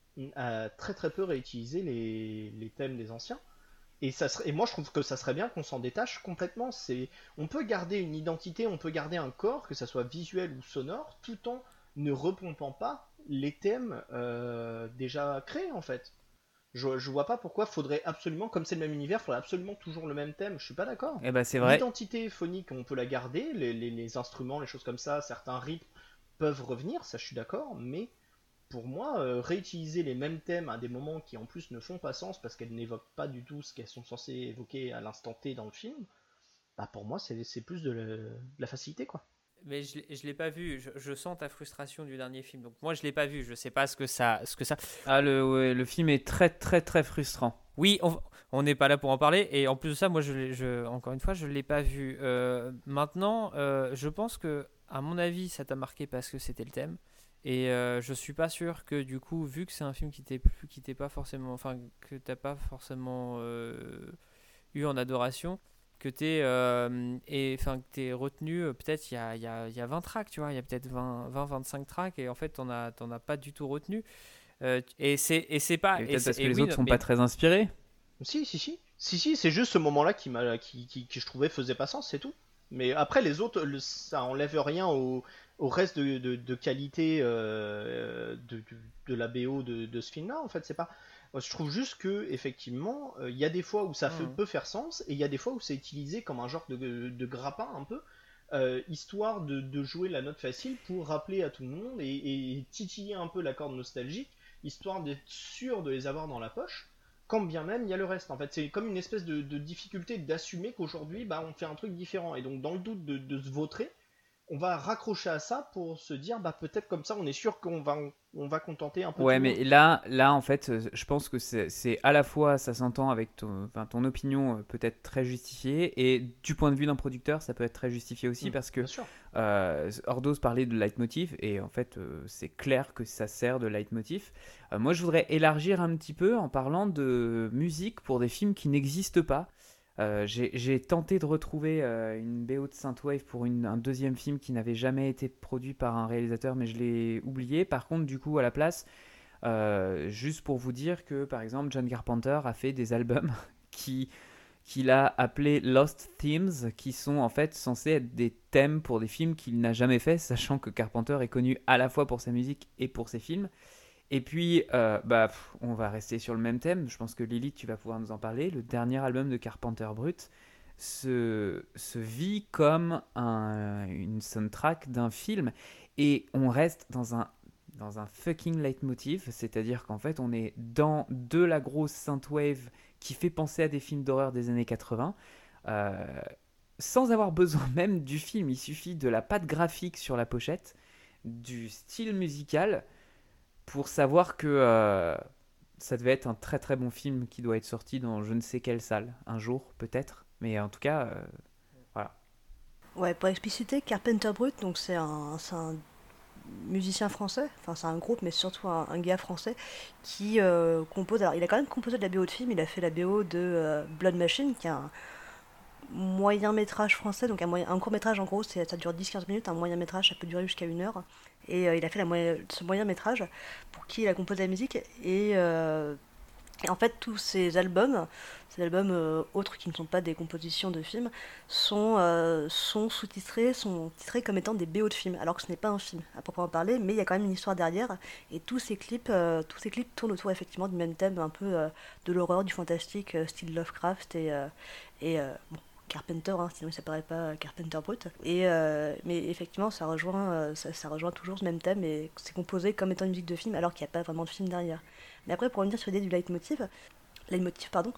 S3: a très très peu réutilisé les, les thèmes des anciens. Et, ça serait, et moi je trouve que ça serait bien qu'on s'en détache complètement. C'est, on peut garder une identité, on peut garder un corps, que ça soit visuel ou sonore, tout en ne repompant pas les thèmes euh, déjà créés en fait. Je, je vois pas pourquoi faudrait absolument, comme c'est le même univers, faudrait absolument toujours le même thème. Je suis pas d'accord.
S4: Eh ben c'est vrai.
S3: L'identité phonique, on peut la garder, les, les, les instruments, les choses comme ça, certains rythmes peuvent revenir, ça je suis d'accord, mais pour moi, euh, réutiliser les mêmes thèmes à des moments qui en plus ne font pas sens parce qu'elles n'évoquent pas du tout ce qu'elles sont censées évoquer à l'instant T dans le film, bah pour moi c'est c'est plus de, le- de la facilité quoi.
S5: Mais je l'ai- je l'ai pas vu. Je, je sens ta frustration du dernier film. Donc moi je l'ai pas vu. Je sais pas ce que ça, ce que ça.
S4: Ah, le, ouais, le film est très très très frustrant.
S5: Oui, on on n'est pas là pour en parler. Et en plus de ça, moi je, l'ai- je encore une fois, je l'ai pas vu. Euh, maintenant, euh, je pense que à mon avis, ça t'a marqué parce que c'était le thème. Et euh, je suis pas sûr que du coup, vu que c'est un film qui t'est plus, qui t'est pas forcément, enfin que t'as pas forcément euh, eu en adoration,
S4: que tu es euh, et enfin que t'es retenu euh, peut-être il y a, il y, a, il y a vingt tracks, tu vois, il y a peut-être vingt vingt-cinq tracks et en fait t'en as t'en as pas du tout retenu. Euh, et c'est et c'est pas
S2: Et
S4: et
S2: peut-être
S4: c'est,
S2: parce que
S4: et
S2: les
S4: oui,
S2: autres sont
S4: mais,
S2: pas très inspirés.
S3: Si, si, si. Si, si, c'est juste ce moment-là qui, m'a, qui, qui, qui, je trouvais, faisait pas sens, c'est tout. Mais après, les autres, le- ça enlève rien au, au reste de, de, de qualité euh, de, de, de la B O de, de ce film-là. En fait, c'est pas. Moi, je trouve juste que, effectivement, euh, il y a des fois où ça fait,
S4: Mmh.
S3: peut faire sens, et il y a des fois où c'est utilisé comme un genre de, de, de grappin, un peu, euh, histoire de, de jouer la note facile pour rappeler à tout le monde et, et titiller un peu la corde nostalgique, histoire d'être sûr de les avoir dans la poche quand bien même il y a le reste. En fait, c'est comme une espèce de, de difficulté d'assumer qu'aujourd'hui, bah, on fait un truc différent. Et donc, dans le doute de, de se vautrer, on va raccrocher à ça pour se dire, bah, peut-être comme ça, on est sûr qu'on va, on va contenter un peu
S2: Ouais,
S3: tout le monde.
S2: mais là, là, en fait, euh, je pense que c'est c'est à la fois, ça s'entend avec ton, enfin, ton opinion euh, peut être très justifiée, et du point de vue d'un producteur, ça peut être très justifié aussi,
S3: Mmh,
S2: parce que
S3: bien sûr.
S2: euh, Ordos parlait de leitmotiv, et en fait, euh, c'est clair que ça sert de leitmotiv. Euh, moi, je voudrais élargir un petit peu en parlant de musique pour des films qui n'existent pas. Euh, j'ai j'ai tenté de retrouver euh, une B O de Synthwave pour une- un deuxième film qui n'avait jamais été produit par un réalisateur, mais je l'ai oublié. Par contre, du coup, à la place, euh, juste pour vous dire que, par exemple, John Carpenter a fait des albums qui, qu'il a appelés Lost Themes, qui sont en fait censés être des thèmes pour des films qu'il n'a jamais fait, sachant que Carpenter est connu à la fois pour sa musique et pour ses films. Et puis, euh, bah, pff, on va rester sur le même thème. Je pense que Lily, tu vas pouvoir nous en parler. Le dernier album de Carpenter Brut se, se vit comme un, une soundtrack d'un film. Et on reste dans un, dans un fucking leitmotiv. C'est-à-dire qu'en fait, on est dans de la grosse synthwave qui fait penser à des films d'horreur des années quatre-vingts. Euh, sans avoir besoin même du film. Il suffit de la patte graphique sur la pochette, du style musical, pour savoir que euh, ça devait être un très très bon film qui doit être sorti dans je ne sais quelle salle, un jour peut-être, mais en tout cas, euh, voilà.
S1: Ouais, pour expliciter, Carpenter Brut, donc c'est un, c'est un musicien français, enfin c'est un groupe, mais surtout un, un gars français qui euh, compose. Alors il a quand même composé de la B O de film, il a fait la B O de euh, Blood Machine, qui est un moyen métrage français, donc un, moyen, un court métrage en gros, c'est, ça dure dix quinze minutes, un moyen métrage ça peut durer jusqu'à une heure. Et euh, il a fait la moyen, ce moyen métrage pour qui il a composé la musique. Et, euh, et en fait, tous ces albums, ces albums euh, autres qui ne sont pas des compositions de films, sont, euh, sont sous-titrés, sont titrés comme étant des B O de films, alors que ce n'est pas un film à proprement parler, mais il y a quand même une histoire derrière. Et tous ces clips, euh, tous ces clips tournent autour effectivement du même thème, un peu euh, de l'horreur, du fantastique, euh, style Lovecraft et, euh, et euh, bon, Carpenter, hein, sinon il s'appellerait pas Carpenter Brut. Et, euh, mais effectivement, ça rejoint, euh, ça, ça rejoint toujours ce même thème et c'est composé comme étant une musique de film alors qu'il n'y a pas vraiment de film derrière. Mais après, pour revenir sur l'idée du leitmotiv, leitmotiv pardon,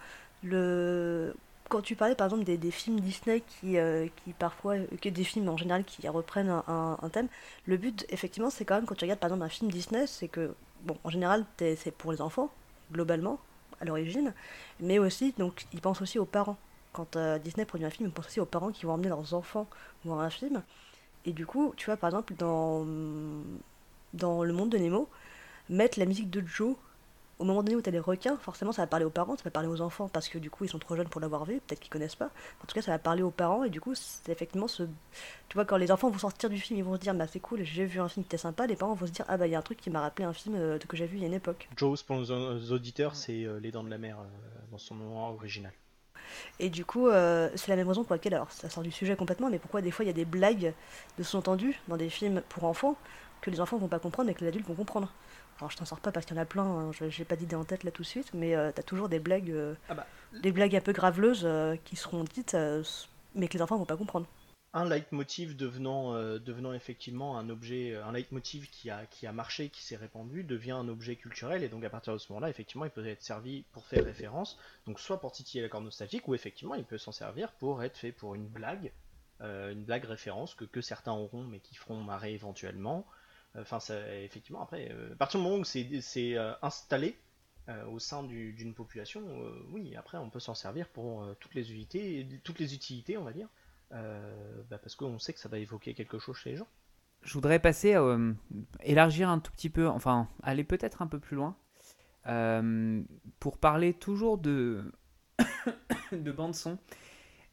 S1: le... quand tu parlais par exemple des, des films Disney qui, euh, qui parfois, que des films en général qui reprennent un, un, un thème, le but effectivement c'est quand même quand tu regardes par exemple un film Disney, c'est que, bon, en général t'es, c'est pour les enfants, globalement, à l'origine, mais aussi, donc ils pensent aussi aux parents. Quand euh, Disney produit un film, ils pensent aussi aux parents qui vont emmener leurs enfants voir un film. Et du coup, tu vois, par exemple, dans, dans Le Monde de Nemo, mettre la musique de Joe au moment donné où t'as des requins, forcément ça va parler aux parents, ça va parler aux enfants parce que du coup ils sont trop jeunes pour l'avoir vu, peut-être qu'ils connaissent pas. En tout cas, ça va parler aux parents et du coup, c'est effectivement ce. Tu vois, quand les enfants vont sortir du film, ils vont se dire, bah c'est cool, j'ai vu un film qui était sympa, les parents vont se dire, ah bah il y a un truc qui m'a rappelé un film euh, que j'ai vu il y a une époque.
S3: Jaws, pour nos auditeurs, c'est euh, Les Dents de la Mer euh, dans son nom original.
S1: Et du coup, euh, c'est la même raison pour laquelle, alors ça sort du sujet complètement, mais pourquoi des fois il y a des blagues de sous-entendus dans des films pour enfants que les enfants vont pas comprendre mais que les adultes vont comprendre. Alors je t'en sors pas parce qu'il y en a plein, hein, je- j'ai pas d'idée en tête là tout de suite, mais euh, t'as toujours des blagues, euh,
S3: Ah bah,
S1: des blagues un peu graveleuses euh, qui seront dites, euh, mais que les enfants vont pas comprendre.
S3: un leitmotiv devenant, euh, devenant effectivement un objet, un leitmotiv qui a, qui a marché, qui s'est répandu, devient un objet culturel, et donc à partir de ce moment-là, effectivement, il peut être servi pour faire référence, donc soit pour titiller la corde nostalgique, ou effectivement, il peut s'en servir pour être fait pour une blague, euh, une blague référence que, que certains auront, mais qui feront marrer éventuellement. Enfin, ça, effectivement, après, euh, à partir du moment où c'est, c'est euh, installé euh, au sein du, d'une population, euh, oui, après, on peut s'en servir pour euh, toutes les unités, toutes les utilités, on va dire. Euh, bah parce qu'on sait que ça va évoquer quelque chose chez les gens.
S2: Je voudrais passer à euh, élargir un tout petit peu, enfin aller peut-être un peu plus loin, euh, pour parler toujours de, de bande son.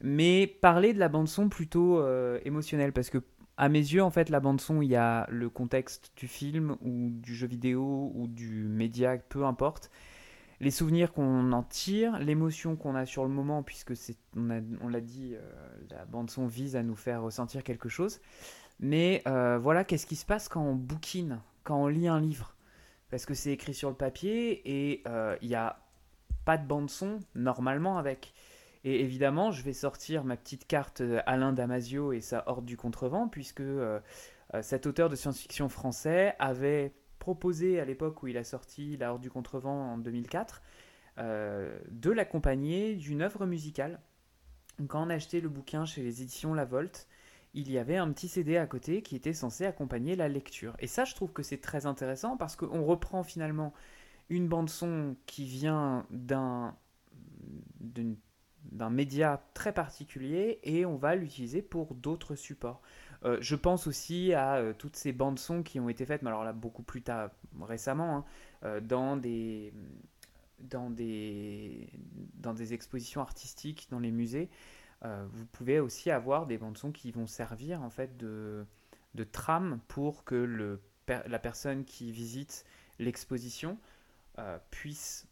S2: mais parler de la bande-son plutôt euh, émotionnelle, parce que à mes yeux, en fait, la bande-son, il y a le contexte du film ou du jeu vidéo ou du média, peu importe. Les souvenirs qu'on en tire, l'émotion qu'on a sur le moment, puisque c'est, on, a, on l'a dit, euh, la bande-son vise à nous faire ressentir quelque chose. Mais euh, voilà, qu'est-ce qui se passe quand on bouquine, quand on lit un livre ? Parce que c'est écrit sur le papier et il euh, n'y a pas de bande-son normalement avec. Et évidemment, je vais sortir ma petite carte Alain Damasio et sa Horde du Contrevent, puisque euh, cet auteur de science-fiction français avait proposé à l'époque où il a sorti La Horde du Contrevent en deux mille quatre, euh, de l'accompagner d'une œuvre musicale. Donc, quand on achetait le bouquin chez les éditions La Volte, il y avait un petit C D à côté qui était censé accompagner la lecture. Et ça, je trouve que c'est très intéressant parce qu'on reprend finalement une bande-son qui vient d'un, d'une d'un média très particulier et on va l'utiliser pour d'autres supports. Euh, je pense aussi à euh, toutes ces bandes-son qui ont été faites, mais alors là beaucoup plus tard, récemment, hein, euh, dans, des, dans, des, dans des expositions artistiques, dans les musées. Euh, vous pouvez aussi avoir des bandes-son qui vont servir en fait de, de trame pour que le, la personne qui visite l'exposition euh, puisse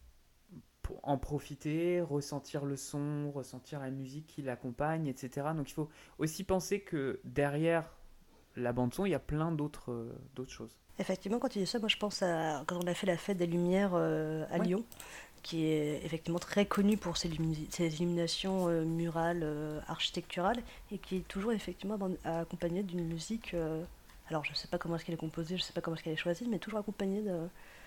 S2: en profiter, ressentir le son, ressentir la musique qui l'accompagne, et cetera. Donc il faut aussi penser que derrière la bande-son, il y a plein d'autres, euh, d'autres choses.
S1: Effectivement, quand tu dis ça, moi je pense à quand on a fait la fête des Lumières euh, à ouais. Lyon, qui est effectivement très connue pour ses, lumi- ses illuminations euh, murales, euh, architecturales, et qui est toujours effectivement accompagnée d'une musique. Euh, alors je ne sais pas comment est-ce qu'elle est composée, je ne sais pas comment est-ce qu'elle est choisie, mais toujours accompagnée de...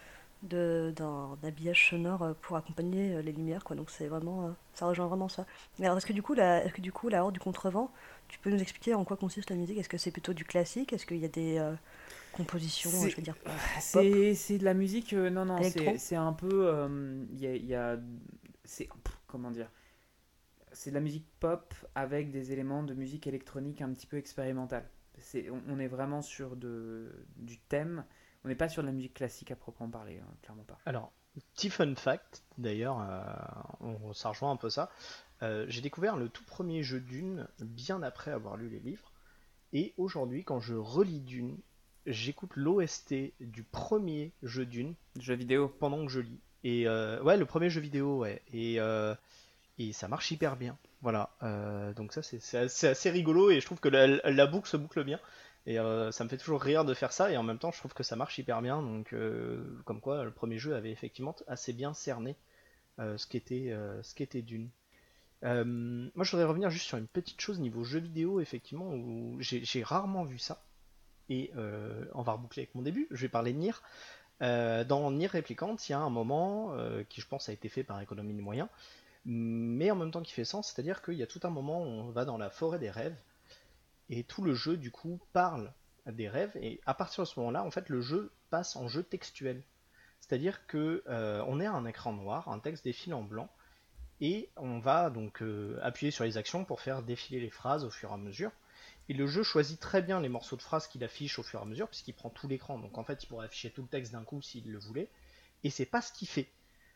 S1: De, d'un, d'un habillage sonore pour accompagner les lumières, quoi. Donc c'est vraiment, ça rejoint vraiment ça. Mais alors est-ce que du coup la, est-ce que du coup la Horde du Contrevent, tu peux nous expliquer en quoi consiste la musique ? Est-ce que c'est plutôt du classique ? Est-ce qu'il y a des euh, compositions,
S2: c'est,
S1: je veux dire, pop ?
S2: c'est, c'est de la musique, euh, non non, c'est, c'est un peu, il euh, y, y a, c'est pff, comment dire, c'est de la musique pop avec des éléments de musique électronique un petit peu expérimentale. C'est, on, on est vraiment sur de, du thème. On n'est pas sur de la musique classique à proprement parler, hein, clairement pas.
S3: Alors, petit fun fact, d'ailleurs, euh, on, ça rejoint un peu ça. Euh, j'ai découvert le tout premier jeu Dune bien après avoir lu les livres. Et aujourd'hui, quand je relis Dune, j'écoute l'O S T du premier jeu Dune.
S2: Jeu vidéo.
S3: Pendant que je lis. Et euh, ouais, le premier jeu vidéo, ouais. Et, euh, et ça marche hyper bien. Voilà. Euh, donc ça, c'est, c'est, assez, c'est assez rigolo et je trouve que la, la boucle se boucle bien. Et euh, ça me fait toujours rire de faire ça, et en même temps je trouve que ça marche hyper bien, donc euh, comme quoi le premier jeu avait effectivement assez bien cerné euh, ce, qu'était, euh, ce qu'était Dune. Euh, moi je voudrais revenir juste sur une petite chose niveau jeu vidéo, effectivement, où j'ai, j'ai rarement vu ça, et euh, on va reboucler avec mon début, je vais parler de Nier. Euh, dans Nier Replicant, il y a un moment euh, qui je pense a été fait par économie de moyens, mais en même temps qui fait sens, c'est-à-dire qu'il y a tout un moment où on va dans la forêt des rêves, et tout le jeu du coup parle des rêves, et à partir de ce moment-là, en fait, le jeu passe en jeu textuel. C'est-à-dire que euh, on est à un écran noir, un texte défile en blanc, et on va donc euh, appuyer sur les actions pour faire défiler les phrases au fur et à mesure. Et le jeu choisit très bien les morceaux de phrases qu'il affiche au fur et à mesure, puisqu'il prend tout l'écran. Donc en fait, il pourrait afficher tout le texte d'un coup s'il le voulait. Et c'est pas ce qu'il fait.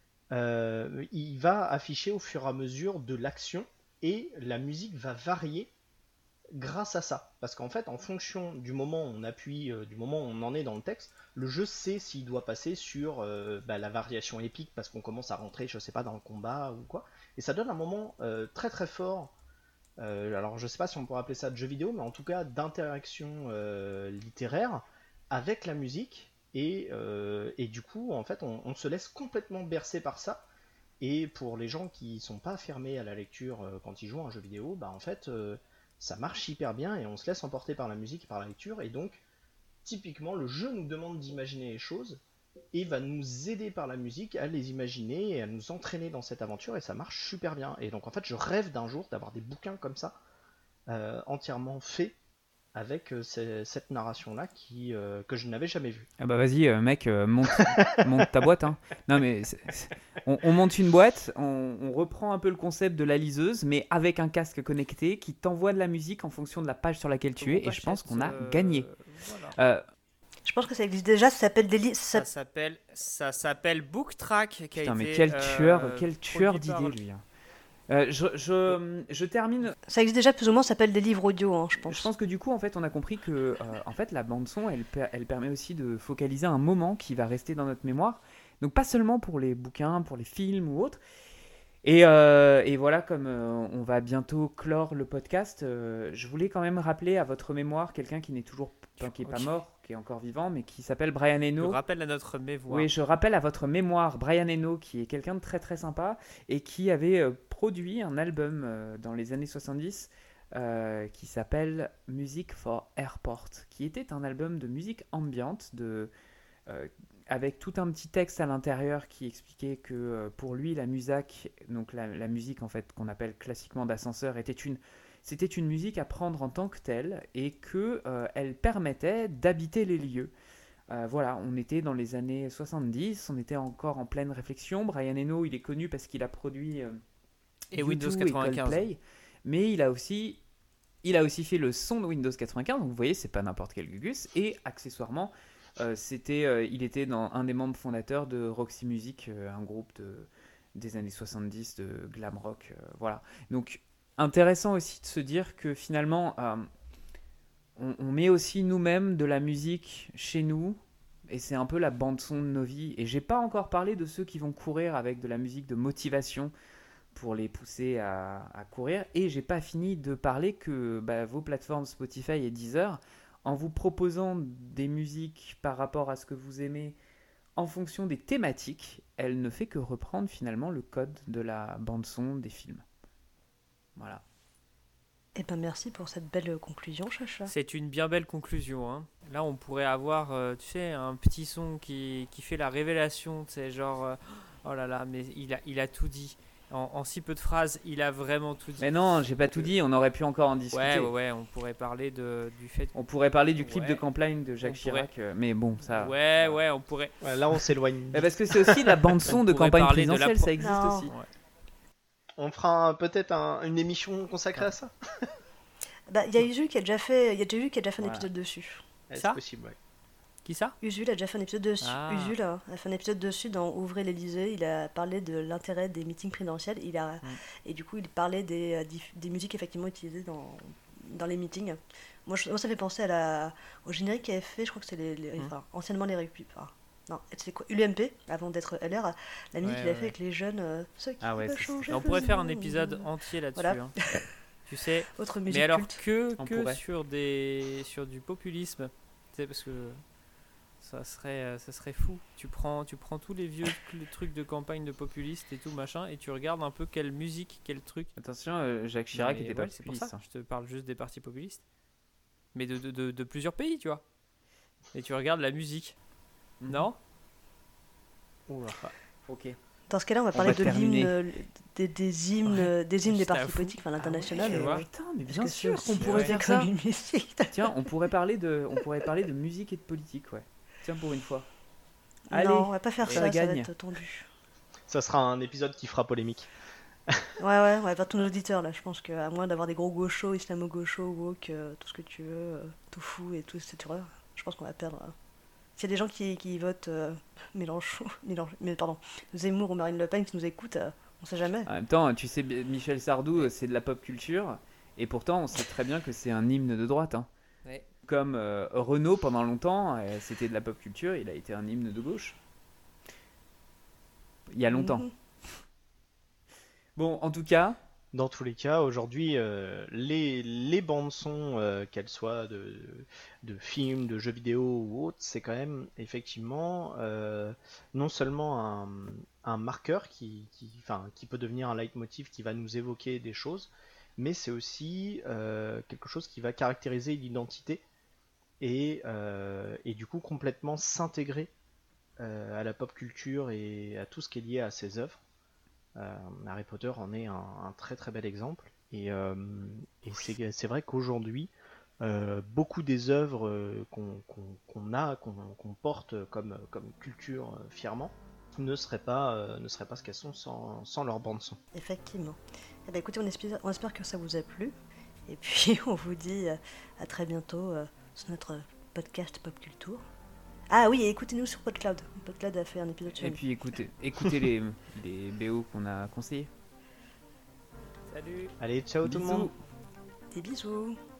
S3: Euh, il va afficher au fur et à mesure de l'action, et la musique va varier grâce à ça, parce qu'en fait en fonction du moment où on appuie, euh, du moment où on en est dans le texte, le jeu sait s'il doit passer sur euh, bah, la variation épique parce qu'on commence à rentrer, je sais pas, dans le combat ou quoi, et ça donne un moment euh, très très fort, euh, alors je sais pas si on pourrait appeler ça de jeu vidéo, mais en tout cas d'interaction euh, littéraire avec la musique, et, euh, et du coup en fait on, on se laisse complètement bercer par ça. Et pour les gens qui sont pas fermés à la lecture euh, quand ils jouent à un jeu vidéo, bah en fait euh, ça marche hyper bien et on se laisse emporter par la musique et par la lecture, et donc typiquement le jeu nous demande d'imaginer les choses et va nous aider par la musique à les imaginer et à nous entraîner dans cette aventure, et ça marche super bien. Et donc en fait je rêve d'un jour d'avoir des bouquins comme ça euh, entièrement faits avec euh, c- cette narration là qui, euh, que je n'avais jamais vue.
S2: Ah bah vas-y euh, mec, euh, monte, monte ta boîte hein. Non mais c'est, c'est... On, on monte une boîte, on, on reprend un peu le concept de la liseuse, mais avec un casque connecté qui t'envoie de la musique en fonction de la page sur laquelle tu es, et je pense qu'on a euh... gagné. Voilà. Euh...
S1: Je pense que ça existe déjà, ça s'appelle des li-
S5: ça... ça s'appelle ça s'appelle BookTrack qui
S2: Putain,
S5: a
S2: mais
S5: été
S2: quel tueur,
S5: euh,
S2: quel tueur d'idées
S5: par...
S2: lui. Hein. Euh, je, je, je termine.
S1: Ça existe déjà plus ou moins, ça s'appelle des livres audio, hein, je pense.
S2: Je pense que du coup, en fait, on a compris que euh, en fait, la bande son, elle, per- elle permet aussi de focaliser un moment qui va rester dans notre mémoire. Donc pas seulement pour les bouquins, pour les films ou autres. Et, euh, et voilà, comme euh, on va bientôt clore le podcast, euh, je voulais quand même rappeler à votre mémoire quelqu'un qui n'est toujours, enfin, qui est pas
S5: Ok.
S2: mort, qui est encore vivant, mais qui s'appelle Brian
S5: Je
S2: Eno.
S5: rappelle à notre mémoire.
S2: Oui, je rappelle à votre mémoire Brian Eno, qui est quelqu'un de très très sympa et qui avait euh, produit un album euh, dans les années soixante-dix euh, qui s'appelle Music for Airport, qui était un album de musique ambiante de, euh, avec tout un petit texte à l'intérieur qui expliquait que euh, pour lui la musique, donc la, la musique en fait qu'on appelle classiquement d'ascenseur, était une c'était une musique à prendre en tant que telle et que euh, elle permettait d'habiter les lieux. Euh, voilà, on était dans les années soixante-dix, on était encore en pleine réflexion. Brian Eno, il est connu parce qu'il a produit euh,
S5: Et
S2: U deux
S5: Windows
S2: et
S5: quatre-vingt-quinze.
S2: Coldplay, mais il a aussi il a aussi fait le son de Windows quatre-vingt-quinze. Donc vous voyez, c'est pas n'importe quel Gugus. Et accessoirement, euh, c'était, euh, il était dans un des membres fondateurs de Roxy Music, euh, un groupe de, des années soixante-dix de glam rock. euh, voilà. Donc intéressant aussi de se dire que finalement, euh, on, on met aussi nous-mêmes de la musique chez nous. Et c'est un peu la bande-son de nos vies. Et j'ai pas encore parlé de ceux qui vont courir avec de la musique de motivation pour les pousser à, à courir. Et j'ai pas fini de parler que bah, vos plateformes Spotify et Deezer, en vous proposant des musiques par rapport à ce que vous aimez en fonction des thématiques, elle ne fait que reprendre finalement le code de la bande-son des films. Voilà.
S1: Eh ben merci pour cette belle conclusion, Chacha.
S5: C'est une bien belle conclusion. Hein. Là, on pourrait avoir, euh, tu sais, un petit son qui, qui fait la révélation. Tu sais, genre, euh, oh là là, mais il a, il a tout dit. En, en si peu de phrases, il a vraiment tout dit.
S2: Mais non, j'ai pas tout dit, on aurait pu encore en discuter.
S5: Ouais, ouais, ouais, on pourrait parler de, du fait.
S2: On pourrait parler du clip
S5: Ouais.
S2: de campagne de Jacques
S5: On pourrait.
S2: Chirac, euh, mais bon, ça...
S5: Ouais, ouais, on pourrait.
S3: Ouais, là, on s'éloigne.
S2: Mais parce que c'est aussi la bande-son
S5: On
S2: de
S5: pourrait
S2: campagne
S5: parler de la
S2: présidentielle,
S5: pro-
S2: ça existe
S1: Non.
S2: aussi.
S5: Ouais.
S3: On fera un- peut-être un- une émission consacrée à ça.
S1: Bah, il y a Usul qui a déjà fait, il y a déjà eu qui a déjà fait un
S2: Voilà.
S1: épisode dessus.
S3: Ouais,
S5: Ça
S3: c'est possible, ouais.
S5: Qui ça?
S1: Usul a déjà fait un épisode dessus.
S5: Ah.
S1: Usul hein, a fait un épisode dessus dans Ouvrez l'Élysée. Il a parlé de l'intérêt des meetings présidentiels. Il a et du coup il parlait des, euh, diff- des musiques effectivement utilisées dans dans les meetings. Moi, je- moi ça fait penser à la au générique qu'il avait fait. Je crois que c'est les, les-
S5: Mm.
S1: enfin, anciennement les Républiques. Enfin, non, c'était quoi? U L M P avant d'être L R. La musique
S5: Ouais,
S1: qu'il a
S5: ouais.
S1: fait avec les jeunes. euh, ceux qui
S2: Ah ouais,
S1: veulent
S2: c'est-
S1: changer
S5: Et on
S1: le
S5: pourrait faire un
S1: monde.
S5: épisode entier là-dessus.
S1: Voilà.
S5: Hein. Tu sais.
S1: Autre musique
S5: Mais alors
S1: culte.
S5: que,
S2: On
S5: que
S2: pourrait.
S5: sur des sur du populisme, tu sais parce que ça serait euh, ça serait fou. Tu prends tu prends tous les vieux cl- trucs de campagne de populistes et tout machin et tu regardes un peu quelle musique, quel truc.
S2: Attention, euh, Jacques Chirac
S5: Non, mais
S2: était pas
S5: ouais, c'est pour
S2: populiste.
S5: ça.
S2: hein.
S5: Je te parle juste des partis populistes, mais de de, de, de plusieurs pays, tu vois. Et tu regardes la musique.
S2: Mhm.
S5: Non?
S3: Oula.
S2: Ok.
S1: Dans ce cas-là, on va
S2: On
S1: parler
S2: va
S1: de
S2: terminer.
S1: l'hymne, euh, des, des hymnes, euh, des hymnes
S5: Je
S1: des partis
S5: t'avoue.
S1: politiques, enfin l'international.
S5: Ah ouais,
S1: euh,
S5: tu vois.
S2: Putain, mais
S1: parce
S2: bien
S1: que c'est
S2: sûr
S1: aussi-
S2: qu'on pourrait
S5: ouais.
S2: faire
S1: comme
S2: ça.
S1: une musique.
S2: Tiens, on pourrait parler de, on pourrait parler de musique et de politique, ouais. Tiens, pour une fois. Allez,
S1: Non, on va pas faire
S2: ça
S1: ça, ça va
S2: gagne.
S1: être tendu.
S3: Ça sera un épisode qui fera polémique.
S1: Ouais, ouais, on va faire tous nos auditeurs là. Je pense qu'à moins d'avoir des gros gauchos, islamo-gauchos, woke, euh, tout ce que tu veux, euh, tofu et tout, cette horreur, je pense qu'on va perdre. euh. S'il y a des gens qui, qui votent euh, Mélenchon, Mélenchon, mais pardon, Zemmour ou Marine Le Pen qui nous écoutent, euh, on sait jamais.
S2: En même temps, tu sais, Michel Sardou, euh, c'est de la pop culture, et pourtant, on sait très bien que c'est un hymne de droite. Hein.
S5: Ouais.
S2: Comme euh, Renaud, pendant longtemps, euh, c'était de la pop culture, il a été un hymne de gauche. Il y a longtemps.
S1: Mhm.
S2: Bon, en tout cas,
S3: Dans tous les cas, aujourd'hui, euh, les, les bandes son, euh, qu'elles soient de, de films, de jeux vidéo ou autres, c'est quand même effectivement euh, non seulement un, un marqueur qui, qui, enfin, qui peut devenir un leitmotiv qui va nous évoquer des choses, mais c'est aussi euh, quelque chose qui va caractériser l'identité et, euh, et du coup complètement s'intégrer euh, à la pop culture et à tout ce qui est lié à ses œuvres. Euh, Harry Potter en est un, un très très bel exemple. Et, euh, et c'est, c'est vrai qu'aujourd'hui, euh, beaucoup des œuvres euh, qu'on, qu'on, qu'on a, qu'on, qu'on porte comme, comme culture euh, fièrement, ne seraient pas, euh, ne seraient pas ce qu'elles sont sans, sans leur bande son.
S1: Effectivement. Eh ben, écoutez, on espère, on espère que ça vous a plu. Et puis, on vous dit euh, à très bientôt euh, sur notre podcast Pop Culture. Ah oui, et écoutez-nous sur PodCloud. PodCloud a fait un épisode sur
S2: et
S1: nous.
S2: puis écoutez, écoutez les, les B O qu'on a conseillés.
S4: Salut.
S3: Allez, ciao tout le
S2: Bisous.
S3: monde.
S1: Des bisous.